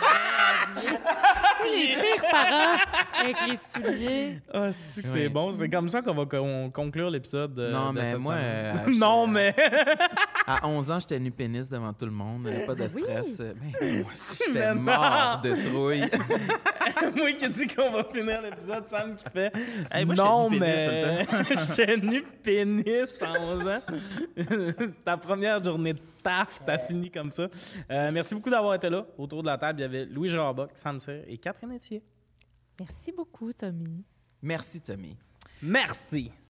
Les pires parents avec les souliers. Ah, c'est que Oui. c'est bon. C'est comme ça qu'on va conclure l'épisode. Non, de mais cette moi, semaine. Non, mais. À 11 ans, j'étais nu-pénis devant tout le monde. Pas de Ben oui. stress. Ben, moi aussi, j'étais Mais mort de trouille. Moi qui dis qu'on va finir l'épisode, Sam qui fait. Hey, moi, j'étais non, nu-pénis mais. J'étais nu pénis à 11 ans. Ta première journée de taf, t'as fini comme ça. Merci beaucoup d'avoir été là. Autour de la table, il y avait Louis Gérard-Bock, Sam Cyr et Catherine Etier. Merci beaucoup, Tommy. Merci, Tommy. Merci.